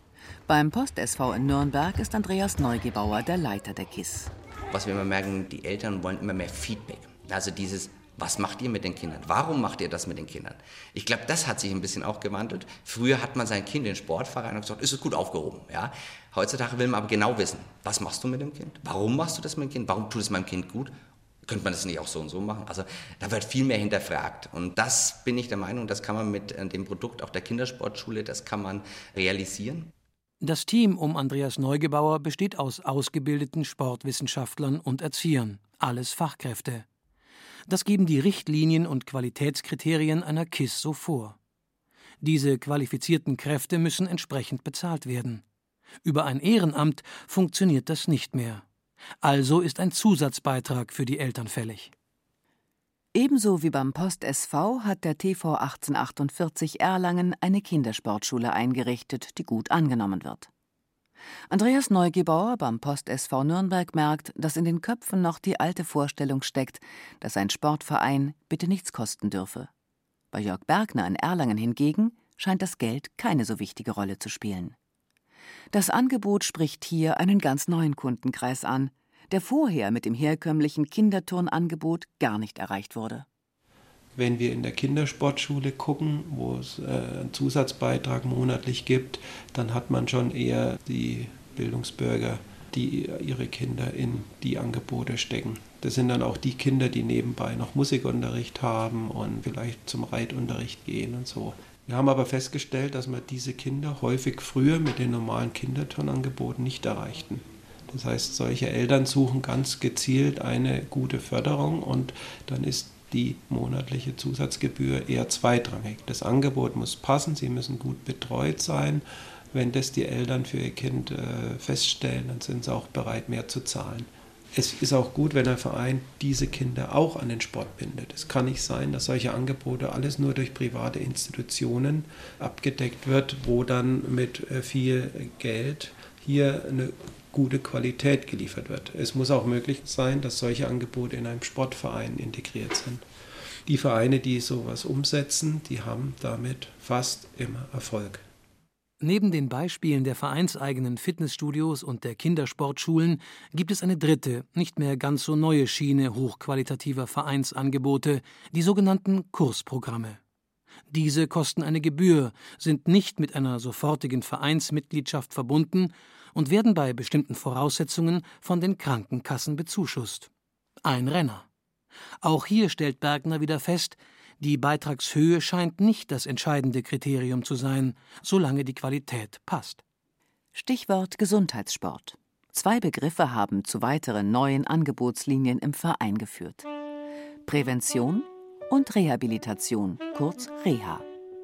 Beim Post S V in Nürnberg ist Andreas Neugebauer der Leiter der K I S. Was wir immer merken, die Eltern wollen immer mehr Feedback. Also dieses, was macht ihr mit den Kindern? Warum macht ihr das mit den Kindern? Ich glaube, das hat sich ein bisschen auch gewandelt. Früher hat man sein Kind in den Sportverein und gesagt, ist es gut aufgehoben. Ja? Heutzutage will man aber genau wissen, was machst du mit dem Kind? Warum machst du das mit dem Kind? Warum tut es meinem Kind gut? Könnte man das nicht auch so und so machen? Also da wird viel mehr hinterfragt. Und das bin ich der Meinung, das kann man mit dem Produkt auch der Kindersportschule, das kann man realisieren. Das Team um Andreas Neugebauer besteht aus ausgebildeten Sportwissenschaftlern und Erziehern, alles Fachkräfte. Das geben die Richtlinien und Qualitätskriterien einer K I S so vor. Diese qualifizierten Kräfte müssen entsprechend bezahlt werden. Über ein Ehrenamt funktioniert das nicht mehr. Also ist ein Zusatzbeitrag für die Eltern fällig. Ebenso wie beim Post S V hat der T V achtzehnhundertachtundvierzig Erlangen eine Kindersportschule eingerichtet, die gut angenommen wird. Andreas Neugebauer beim Post S V Nürnberg merkt, dass in den Köpfen noch die alte Vorstellung steckt, dass ein Sportverein bitte nichts kosten dürfe. Bei Jörg Bergner in Erlangen hingegen scheint das Geld keine so wichtige Rolle zu spielen. Das Angebot spricht hier einen ganz neuen Kundenkreis an, der vorher mit dem herkömmlichen Kinderturnangebot gar nicht erreicht wurde. Wenn wir in der Kindersportschule gucken, wo es äh, einen Zusatzbeitrag monatlich gibt, dann hat man schon eher die Bildungsbürger, die ihre Kinder in die Angebote stecken. Das sind dann auch die Kinder, die nebenbei noch Musikunterricht haben und vielleicht zum Reitunterricht gehen und so. Wir haben aber festgestellt, dass wir diese Kinder häufig früher mit den normalen Kinderturnangeboten nicht erreichten. Das heißt, solche Eltern suchen ganz gezielt eine gute Förderung und dann ist die monatliche Zusatzgebühr eher zweitrangig. Das Angebot muss passen, sie müssen gut betreut sein. Wenn das die Eltern für ihr Kind äh, feststellen, dann sind sie auch bereit, mehr zu zahlen. Es ist auch gut, wenn ein Verein diese Kinder auch an den Sport bindet. Es kann nicht sein, dass solche Angebote alles nur durch private Institutionen abgedeckt wird, wo dann mit viel Geld hier eine gute Qualität geliefert wird. Es muss auch möglich sein, dass solche Angebote in einem Sportverein integriert sind. Die Vereine, die sowas umsetzen, die haben damit fast immer Erfolg. Neben den Beispielen der vereinseigenen Fitnessstudios und der Kindersportschulen gibt es eine dritte, nicht mehr ganz so neue Schiene hochqualitativer Vereinsangebote, die sogenannten Kursprogramme. Diese kosten eine Gebühr, sind nicht mit einer sofortigen Vereinsmitgliedschaft verbunden und werden bei bestimmten Voraussetzungen von den Krankenkassen bezuschusst. Ein Renner. Auch hier stellt Bergner wieder fest, die Beitragshöhe scheint nicht das entscheidende Kriterium zu sein, solange die Qualität passt. Stichwort Gesundheitssport. Zwei Begriffe haben zu weiteren neuen Angebotslinien im Verein geführt. Prävention und Rehabilitation, kurz Reha.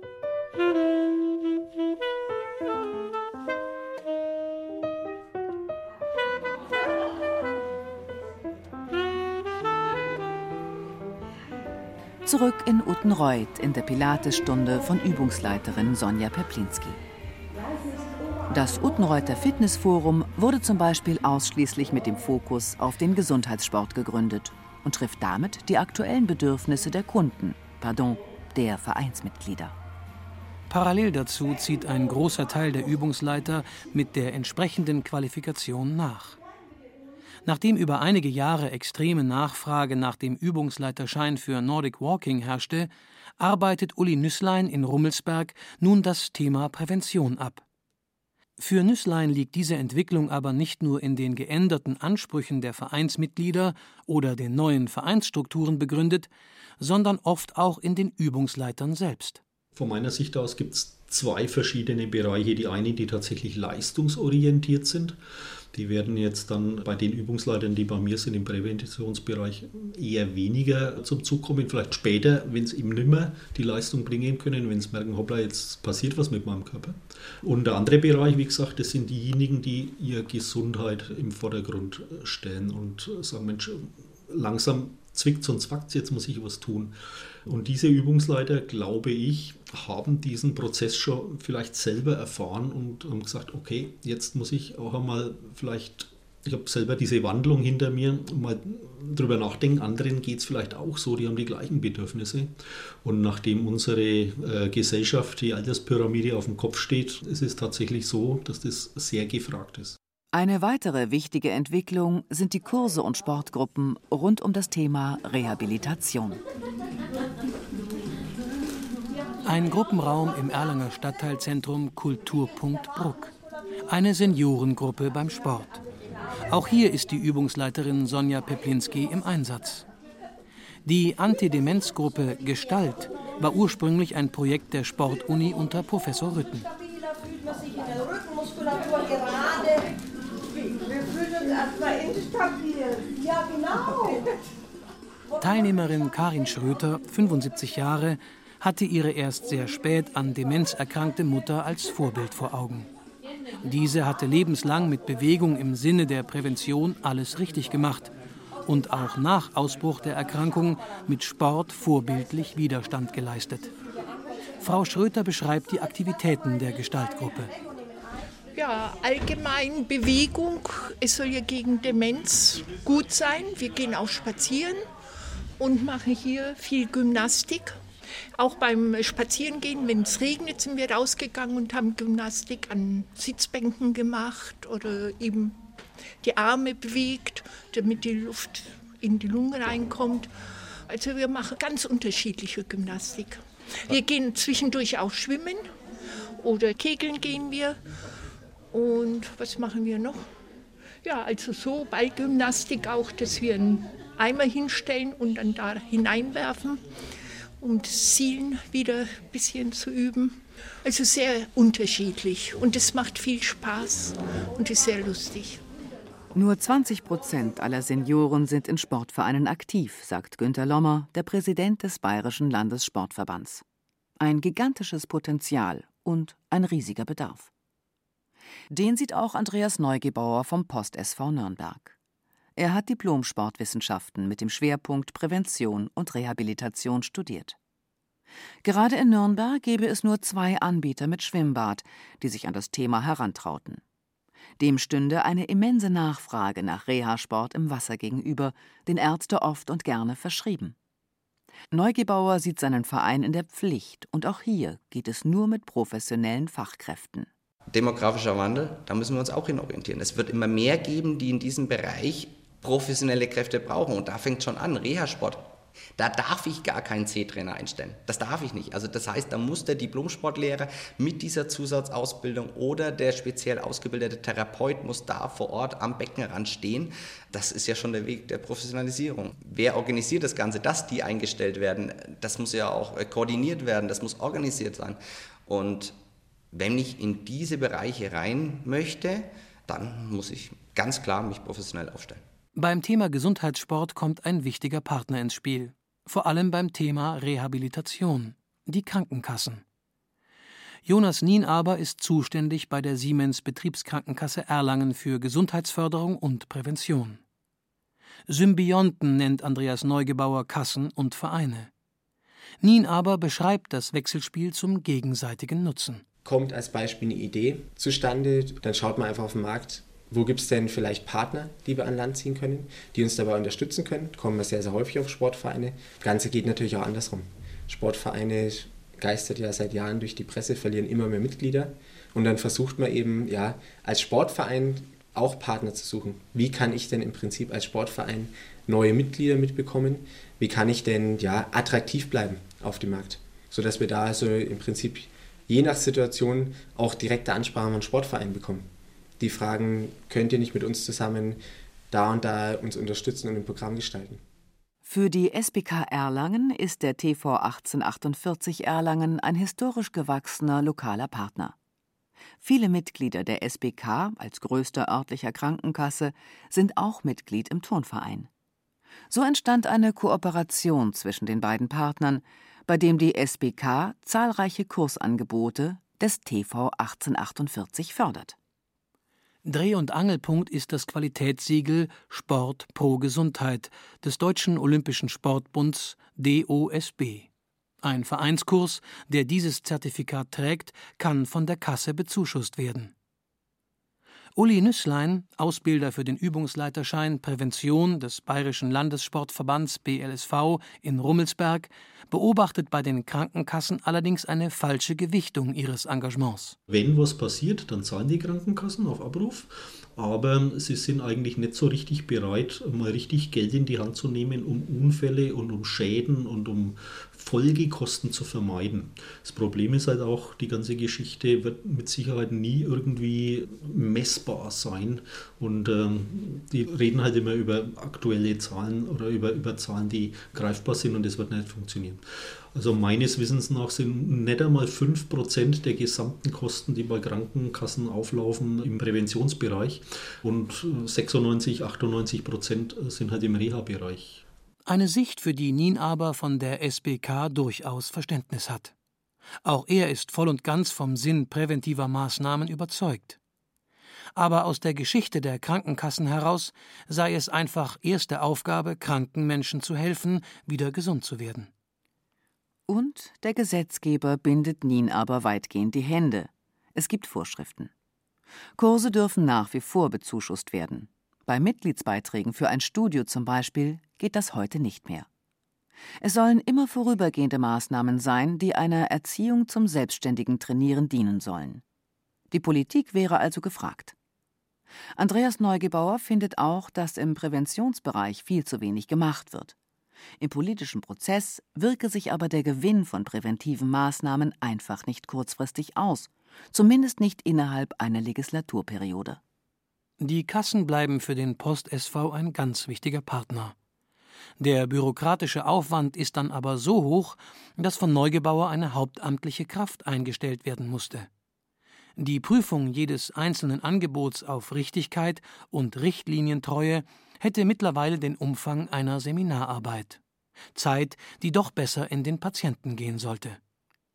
Zurück in Uttenreuth in der Pilatesstunde von Übungsleiterin Sonja Peplinski. Das Uttenreuther Fitnessforum wurde zum Beispiel ausschließlich mit dem Fokus auf den Gesundheitssport gegründet und trifft damit die aktuellen Bedürfnisse der Kunden, pardon, der Vereinsmitglieder. Parallel dazu zieht ein großer Teil der Übungsleiter mit der entsprechenden Qualifikation nach. Nachdem über einige Jahre extreme Nachfrage nach dem Übungsleiterschein für Nordic Walking herrschte, arbeitet Uli Nüßlein in Rummelsberg nun das Thema Prävention ab. Für Nüßlein liegt diese Entwicklung aber nicht nur in den geänderten Ansprüchen der Vereinsmitglieder oder den neuen Vereinsstrukturen begründet, sondern oft auch in den Übungsleitern selbst. Von meiner Sicht aus gibt es zwei verschiedene Bereiche. Die eine, die tatsächlich leistungsorientiert sind. Die werden jetzt dann bei den Übungsleitern, die bei mir sind im Präventionsbereich, eher weniger zum Zug kommen. Vielleicht später, wenn sie eben nicht mehr die Leistung bringen können, wenn sie merken, hoppla, jetzt passiert was mit meinem Körper. Und der andere Bereich, wie gesagt, das sind diejenigen, die ihre Gesundheit im Vordergrund stellen und sagen, Mensch, langsam zwickt's und zwackt's, jetzt muss ich was tun. Und diese Übungsleiter, glaube ich, haben diesen Prozess schon vielleicht selber erfahren und haben gesagt, okay, jetzt muss ich auch einmal vielleicht, ich habe selber diese Wandlung hinter mir, mal drüber nachdenken, anderen geht es vielleicht auch so, die haben die gleichen Bedürfnisse. Und nachdem unsere äh, Gesellschaft, die Alterspyramide auf dem Kopf steht, ist es tatsächlich so, dass das sehr gefragt ist. Eine weitere wichtige Entwicklung sind die Kurse und Sportgruppen rund um das Thema Rehabilitation. Ein Gruppenraum im Erlanger Stadtteilzentrum Kulturpunkt Bruck. Eine Seniorengruppe beim Sport. Auch hier ist die Übungsleiterin Sonja Peplinski im Einsatz. Die Antidemenzgruppe Gestalt war ursprünglich ein Projekt der Sportuni unter Professor Rütten. Da fühlt man sich in der Rückenmuskulatur gerade. Wir fühlen uns erstmal instabil. Ja, genau. Teilnehmerin Karin Schröter, fünfundsiebzig Jahre, hatte ihre erst sehr spät an Demenz erkrankte Mutter als Vorbild vor Augen. Diese hatte lebenslang mit Bewegung im Sinne der Prävention alles richtig gemacht und auch nach Ausbruch der Erkrankung mit Sport vorbildlich Widerstand geleistet. Frau Schröter beschreibt die Aktivitäten der Gestaltgruppe. Ja, allgemein Bewegung. Es soll ja gegen Demenz gut sein. Wir gehen auch spazieren und machen hier viel Gymnastik. Auch beim Spazierengehen, wenn es regnet, sind wir rausgegangen und haben Gymnastik an Sitzbänken gemacht oder eben die Arme bewegt, damit die Luft in die Lungen reinkommt. Also wir machen ganz unterschiedliche Gymnastik. Wir gehen zwischendurch auch schwimmen oder kegeln gehen wir. Und was machen wir noch? Ja, also so Ballgymnastik auch, dass wir einen Eimer hinstellen und dann da hineinwerfen, um das Zielen wieder ein bisschen zu üben. Also sehr unterschiedlich und es macht viel Spaß und ist sehr lustig. Nur zwanzig Prozent aller Senioren sind in Sportvereinen aktiv, sagt Günter Lommer, der Präsident des Bayerischen Landessportverbands. Ein gigantisches Potenzial und ein riesiger Bedarf. Den sieht auch Andreas Neugebauer vom Post S V Nürnberg. Er hat Diplom-Sportwissenschaften mit dem Schwerpunkt Prävention und Rehabilitation studiert. Gerade in Nürnberg gäbe es nur zwei Anbieter mit Schwimmbad, die sich an das Thema herantrauten. Dem stünde eine immense Nachfrage nach Reha-Sport im Wasser gegenüber, den Ärzte oft und gerne verschrieben. Neugebauer sieht seinen Verein in der Pflicht, und auch hier geht es nur mit professionellen Fachkräften. Demografischer Wandel, da müssen wir uns auch hin orientieren. Es wird immer mehr geben, die in diesem Bereich professionelle Kräfte brauchen. Und da fängt schon an, Reha-Sport. Da darf ich gar keinen C-Trainer einstellen. Das darf ich nicht. Also das heißt, da muss der Diplomsportlehrer mit dieser Zusatzausbildung oder der speziell ausgebildete Therapeut muss da vor Ort am Beckenrand stehen. Das ist ja schon der Weg der Professionalisierung. Wer organisiert das Ganze, dass die eingestellt werden? Das muss ja auch koordiniert werden, das muss organisiert sein. Und wenn ich in diese Bereiche rein möchte, dann muss ich ganz klar mich professionell aufstellen. Beim Thema Gesundheitssport kommt ein wichtiger Partner ins Spiel. Vor allem beim Thema Rehabilitation, die Krankenkassen. Jonas Nienaber ist zuständig bei der Siemens Betriebskrankenkasse Erlangen für Gesundheitsförderung und Prävention. Symbionten nennt Andreas Neugebauer Kassen und Vereine. Nienaber beschreibt das Wechselspiel zum gegenseitigen Nutzen. Kommt als Beispiel eine Idee zustande, dann schaut man einfach auf den Markt, wo gibt es denn vielleicht Partner, die wir an Land ziehen können, die uns dabei unterstützen können. Kommen wir sehr, sehr häufig auf Sportvereine. Das Ganze geht natürlich auch andersrum. Sportvereine geistert ja seit Jahren durch die Presse, verlieren immer mehr Mitglieder. Und dann versucht man eben ja als Sportverein auch Partner zu suchen. Wie kann ich denn im Prinzip als Sportverein neue Mitglieder mitbekommen? Wie kann ich denn ja attraktiv bleiben auf dem Markt? Sodass wir da also im Prinzip je nach Situation auch direkte Ansprachen von Sportvereinen bekommen. Die fragen, könnt ihr nicht mit uns zusammen da und da uns unterstützen und ein Programm gestalten? Für die S B K Erlangen ist der T V achtzehnhundertachtundvierzig Erlangen ein historisch gewachsener lokaler Partner. Viele Mitglieder der S B K als größter örtlicher Krankenkasse sind auch Mitglied im Turnverein. So entstand eine Kooperation zwischen den beiden Partnern, bei dem die S B K zahlreiche Kursangebote des T V achtzehnhundertachtundvierzig fördert. Dreh- und Angelpunkt ist das Qualitätssiegel Sport pro Gesundheit des Deutschen Olympischen Sportbunds D O S B. Ein Vereinskurs, der dieses Zertifikat trägt, kann von der Kasse bezuschusst werden. Uli Nüßlein, Ausbilder für den Übungsleiterschein Prävention des Bayerischen Landessportverbands B L S V in Rummelsberg, beobachtet bei den Krankenkassen allerdings eine falsche Gewichtung ihres Engagements. Wenn was passiert, dann zahlen die Krankenkassen auf Abruf, aber sie sind eigentlich nicht so richtig bereit, mal richtig Geld in die Hand zu nehmen, um Unfälle und um Schäden und um Folgekosten zu vermeiden. Das Problem ist halt auch, die ganze Geschichte wird mit Sicherheit nie irgendwie messbar sein und ähm, die reden halt immer über aktuelle Zahlen oder über, über Zahlen, die greifbar sind und das wird nicht funktionieren. Also meines Wissens nach sind nicht einmal fünf Prozent der gesamten Kosten, die bei Krankenkassen auflaufen, im Präventionsbereich und sechsundneunzig, achtundneunzig Prozent sind halt im Reha-Bereich. Eine Sicht, für die Nienaber von der S B K durchaus Verständnis hat. Auch er ist voll und ganz vom Sinn präventiver Maßnahmen überzeugt. Aber aus der Geschichte der Krankenkassen heraus sei es einfach erste Aufgabe, kranken Menschen zu helfen, wieder gesund zu werden. Und der Gesetzgeber bindet Nienaber weitgehend die Hände. Es gibt Vorschriften. Kurse dürfen nach wie vor bezuschusst werden. Bei Mitgliedsbeiträgen für ein Studio zum Beispiel geht das heute nicht mehr. Es sollen immer vorübergehende Maßnahmen sein, die einer Erziehung zum selbstständigen Trainieren dienen sollen. Die Politik wäre also gefragt. Andreas Neugebauer findet auch, dass im Präventionsbereich viel zu wenig gemacht wird. Im politischen Prozess wirke sich aber der Gewinn von präventiven Maßnahmen einfach nicht kurzfristig aus, zumindest nicht innerhalb einer Legislaturperiode. Die Kassen bleiben für den Post-S V ein ganz wichtiger Partner. Der bürokratische Aufwand ist dann aber so hoch, dass von Neugebauer eine hauptamtliche Kraft eingestellt werden musste. Die Prüfung jedes einzelnen Angebots auf Richtigkeit und Richtlinientreue hätte mittlerweile den Umfang einer Seminararbeit. Zeit, die doch besser in den Patienten gehen sollte.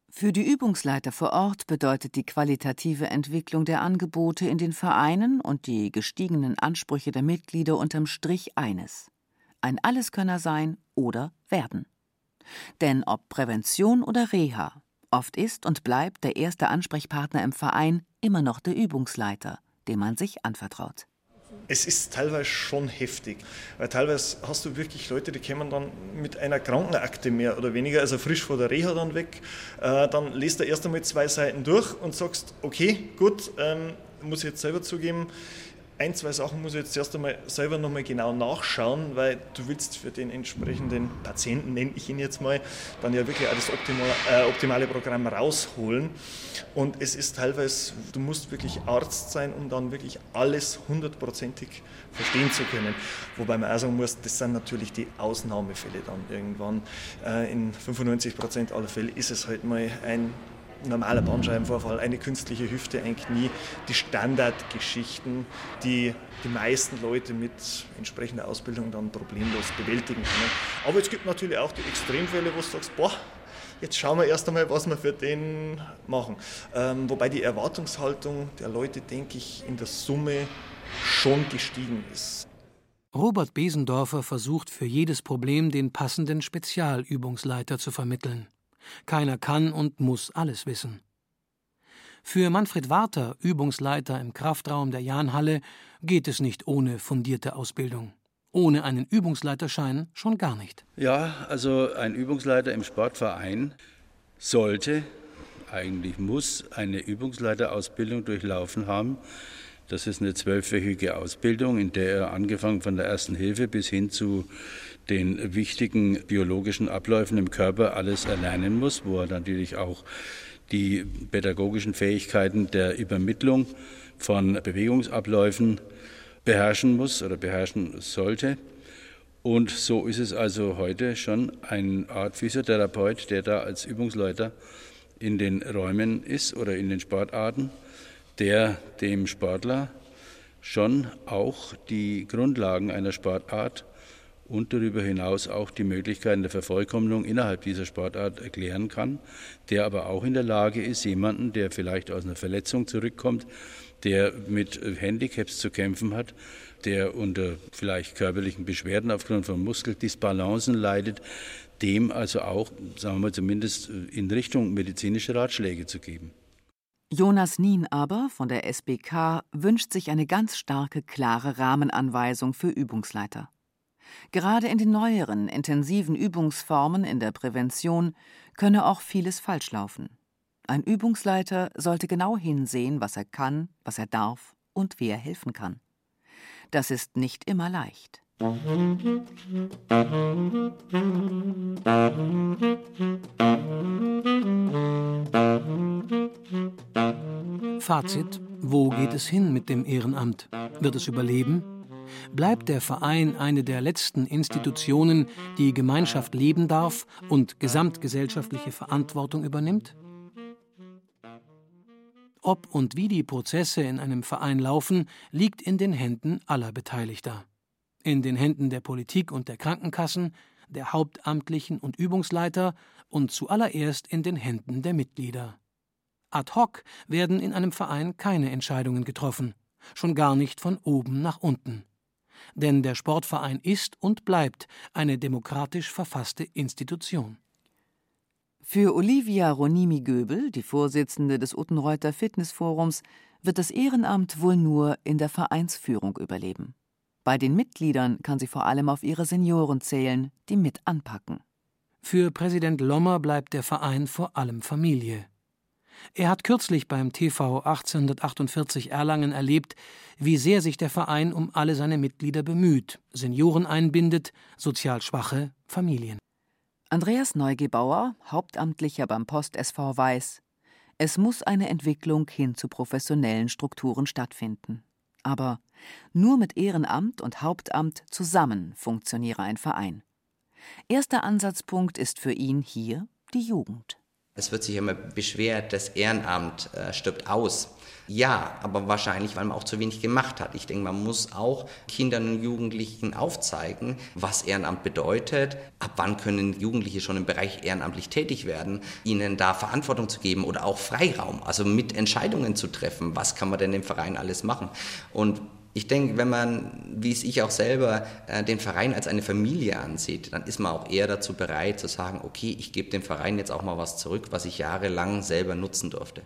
Für die Übungsleiter vor Ort bedeutet die qualitative Entwicklung der Angebote in den Vereinen und die gestiegenen Ansprüche der Mitglieder unterm Strich eines: ein Alleskönner sein oder werden. Denn ob Prävention oder Reha, oft ist und bleibt der erste Ansprechpartner im Verein immer noch der Übungsleiter, dem man sich anvertraut. Es ist teilweise schon heftig, weil teilweise hast du wirklich Leute, die kommen dann mit einer Krankenakte mehr oder weniger, also frisch vor der Reha dann weg. Äh, dann liest du erst einmal zwei Seiten durch und sagst, okay, gut, ähm, muss ich jetzt selber zugeben, ein, zwei Sachen muss ich jetzt erst einmal selber nochmal genau nachschauen, weil du willst für den entsprechenden Patienten, nenne ich ihn jetzt mal, dann ja wirklich auch das optimale, äh, optimale Programm rausholen. Und es ist teilweise, du musst wirklich Arzt sein, um dann wirklich alles hundertprozentig verstehen zu können. Wobei man auch sagen muss, das sind natürlich die Ausnahmefälle dann irgendwann. Äh, in fünfundneunzig Prozent aller Fälle ist es halt mal ein normaler Bandscheibenvorfall, eine künstliche Hüfte, ein Knie, die Standardgeschichten, die die meisten Leute mit entsprechender Ausbildung dann problemlos bewältigen können. Aber es gibt natürlich auch die Extremfälle, wo du sagst, boah, jetzt schauen wir erst einmal, was wir für den machen. Ähm, wobei die Erwartungshaltung der Leute, denke ich, in der Summe schon gestiegen ist. Robert Besendorfer versucht für jedes Problem den passenden Spezialübungsleiter zu vermitteln. Keiner kann und muss alles wissen. Für Manfred Warter, Übungsleiter im Kraftraum der Jahnhalle, geht es nicht ohne fundierte Ausbildung. Ohne einen Übungsleiterschein schon gar nicht. Ja, also ein Übungsleiter im Sportverein sollte, eigentlich muss, eine Übungsleiterausbildung durchlaufen haben. Das ist eine zwölfwöchige Ausbildung, in der er angefangen von der ersten Hilfe bis hin zu den wichtigen biologischen Abläufen im Körper alles erlernen muss, wo er natürlich auch die pädagogischen Fähigkeiten der Übermittlung von Bewegungsabläufen beherrschen muss oder beherrschen sollte. Und so ist es also heute schon eine Art Physiotherapeut, der da als Übungsleiter in den Räumen ist oder in den Sportarten, der dem Sportler schon auch die Grundlagen einer Sportart und darüber hinaus auch die Möglichkeiten der Vervollkommnung innerhalb dieser Sportart erklären kann, der aber auch in der Lage ist, jemanden, der vielleicht aus einer Verletzung zurückkommt, der mit Handicaps zu kämpfen hat, der unter vielleicht körperlichen Beschwerden aufgrund von Muskeldisbalancen leidet, dem also auch, sagen wir mal, zumindest in Richtung medizinische Ratschläge zu geben. Jonas Nien aber von der S B K wünscht sich eine ganz starke, klare Rahmenanweisung für Übungsleiter. Gerade in den neueren, intensiven Übungsformen in der Prävention könne auch vieles falsch laufen. Ein Übungsleiter sollte genau hinsehen, was er kann, was er darf und wie er helfen kann. Das ist nicht immer leicht. Fazit: Wo geht es hin mit dem Ehrenamt? Wird es überleben? Bleibt der Verein eine der letzten Institutionen, die Gemeinschaft leben darf und gesamtgesellschaftliche Verantwortung übernimmt? Ob und wie die Prozesse in einem Verein laufen, liegt in den Händen aller Beteiligter. In den Händen der Politik und der Krankenkassen, der Hauptamtlichen und Übungsleiter und zuallererst in den Händen der Mitglieder. Ad hoc werden in einem Verein keine Entscheidungen getroffen, schon gar nicht von oben nach unten. Denn der Sportverein ist und bleibt eine demokratisch verfasste Institution. Für Olivia Ronimi-Göbel, die Vorsitzende des Uttenreuther Fitnessforums, wird das Ehrenamt wohl nur in der Vereinsführung überleben. Bei den Mitgliedern kann sie vor allem auf ihre Senioren zählen, die mit anpacken. Für Präsident Lommer bleibt der Verein vor allem Familie. Er hat kürzlich beim T V achtzehnhundertachtundvierzig Erlangen erlebt, wie sehr sich der Verein um alle seine Mitglieder bemüht, Senioren einbindet, sozial schwache Familien. Andreas Neugebauer, Hauptamtlicher beim Post S V, weiß, es muss eine Entwicklung hin zu professionellen Strukturen stattfinden. Aber nur mit Ehrenamt und Hauptamt zusammen funktioniere ein Verein. Erster Ansatzpunkt ist für ihn hier die Jugend. Es wird sich immer beschwert, das Ehrenamt äh, stirbt aus. Ja, aber wahrscheinlich, weil man auch zu wenig gemacht hat. Ich denke, man muss auch Kindern und Jugendlichen aufzeigen, was Ehrenamt bedeutet. Ab wann können Jugendliche schon im Bereich ehrenamtlich tätig werden, ihnen da Verantwortung zu geben oder auch Freiraum, also mit Entscheidungen zu treffen. Was kann man denn im Verein alles machen? Und ich denke, wenn man, wie es ich auch selber, äh, den Verein als eine Familie ansieht, dann ist man auch eher dazu bereit zu sagen, okay, ich gebe dem Verein jetzt auch mal was zurück, was ich jahrelang selber nutzen durfte.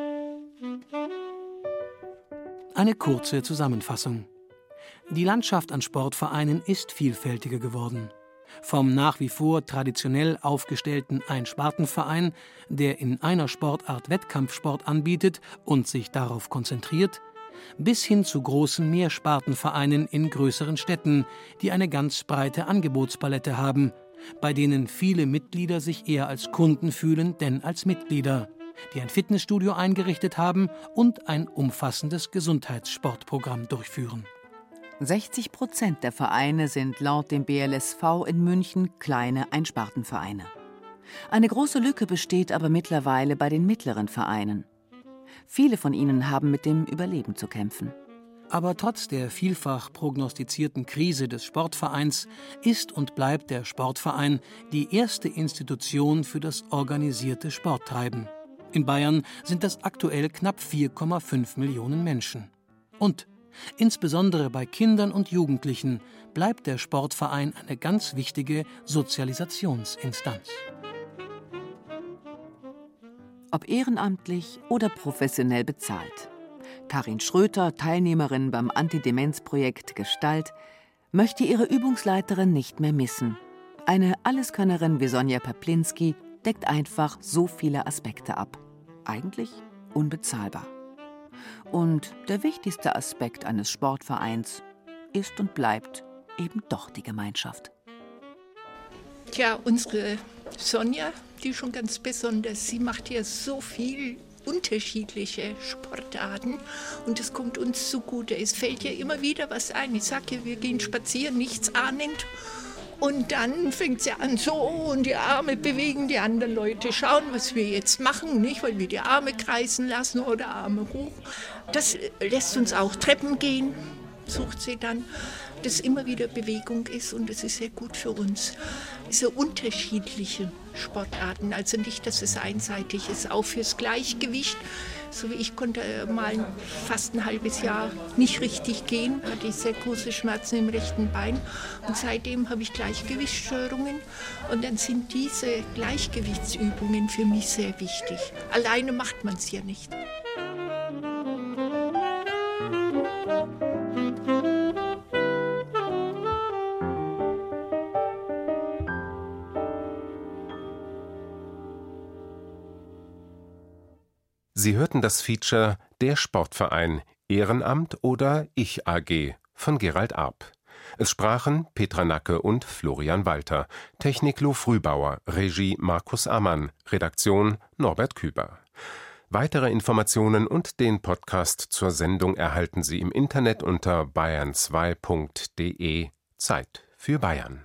Eine kurze Zusammenfassung. Die Landschaft an Sportvereinen ist vielfältiger geworden. Vom nach wie vor traditionell aufgestellten Einspartenverein, der in einer Sportart Wettkampfsport anbietet und sich darauf konzentriert, bis hin zu großen Mehrspartenvereinen in größeren Städten, die eine ganz breite Angebotspalette haben, bei denen viele Mitglieder sich eher als Kunden fühlen, denn als Mitglieder, die ein Fitnessstudio eingerichtet haben und ein umfassendes Gesundheitssportprogramm durchführen. sechzig Prozent der Vereine sind laut dem B L S V in München kleine Einspartenvereine. Eine große Lücke besteht aber mittlerweile bei den mittleren Vereinen. Viele von ihnen haben mit dem Überleben zu kämpfen. Aber trotz der vielfach prognostizierten Krise des Sportvereins ist und bleibt der Sportverein die erste Institution für das organisierte Sporttreiben. In Bayern sind das aktuell knapp vier Komma fünf Millionen Menschen. Und insbesondere bei Kindern und Jugendlichen bleibt der Sportverein eine ganz wichtige Sozialisationsinstanz. Ob ehrenamtlich oder professionell bezahlt. Karin Schröter, Teilnehmerin beim Antidemenz-Projekt Gestalt, möchte ihre Übungsleiterin nicht mehr missen. Eine Alleskönnerin wie Sonja Peplinski deckt einfach so viele Aspekte ab. Eigentlich unbezahlbar. Und der wichtigste Aspekt eines Sportvereins ist und bleibt eben doch die Gemeinschaft. Tja, unsere Sonja, die schon ganz besonders, sie macht ja so viel unterschiedliche Sportarten und es kommt uns zugute. Es fällt ja immer wieder was ein. Ich sage ja, wir gehen spazieren, nichts ahnend. Und dann fängt sie an, so, und die Arme bewegen, die anderen Leute schauen, was wir jetzt machen, nicht, weil wir die Arme kreisen lassen oder Arme hoch. Das lässt uns auch Treppen gehen, sucht sie dann, dass immer wieder Bewegung ist und das ist sehr gut für uns. Diese unterschiedlichen Sportarten, also nicht, dass es einseitig ist, auch fürs Gleichgewicht. So wie ich konnte mal fast ein halbes Jahr nicht richtig gehen, hatte ich sehr große Schmerzen im rechten Bein und seitdem habe ich Gleichgewichtsstörungen und dann sind diese Gleichgewichtsübungen für mich sehr wichtig. Alleine macht man es ja nicht. Sie hörten das Feature Der Sportverein – Ehrenamt oder Ich A G von Gerald Arp. Es sprachen Petra Nacke und Florian Walter, Technik Lo Frühbauer, Regie Markus Ammann, Redaktion Norbert Küber. Weitere Informationen und den Podcast zur Sendung erhalten Sie im Internet unter bayern zwei punkt de. Zeit für Bayern.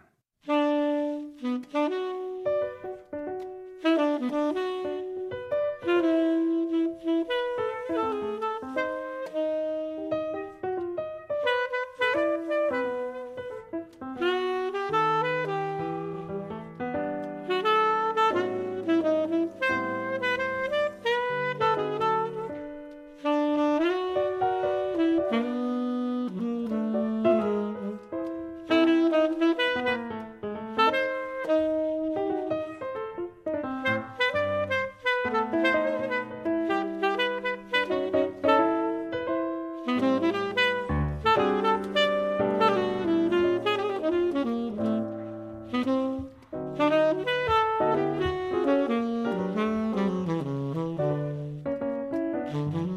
Mhm.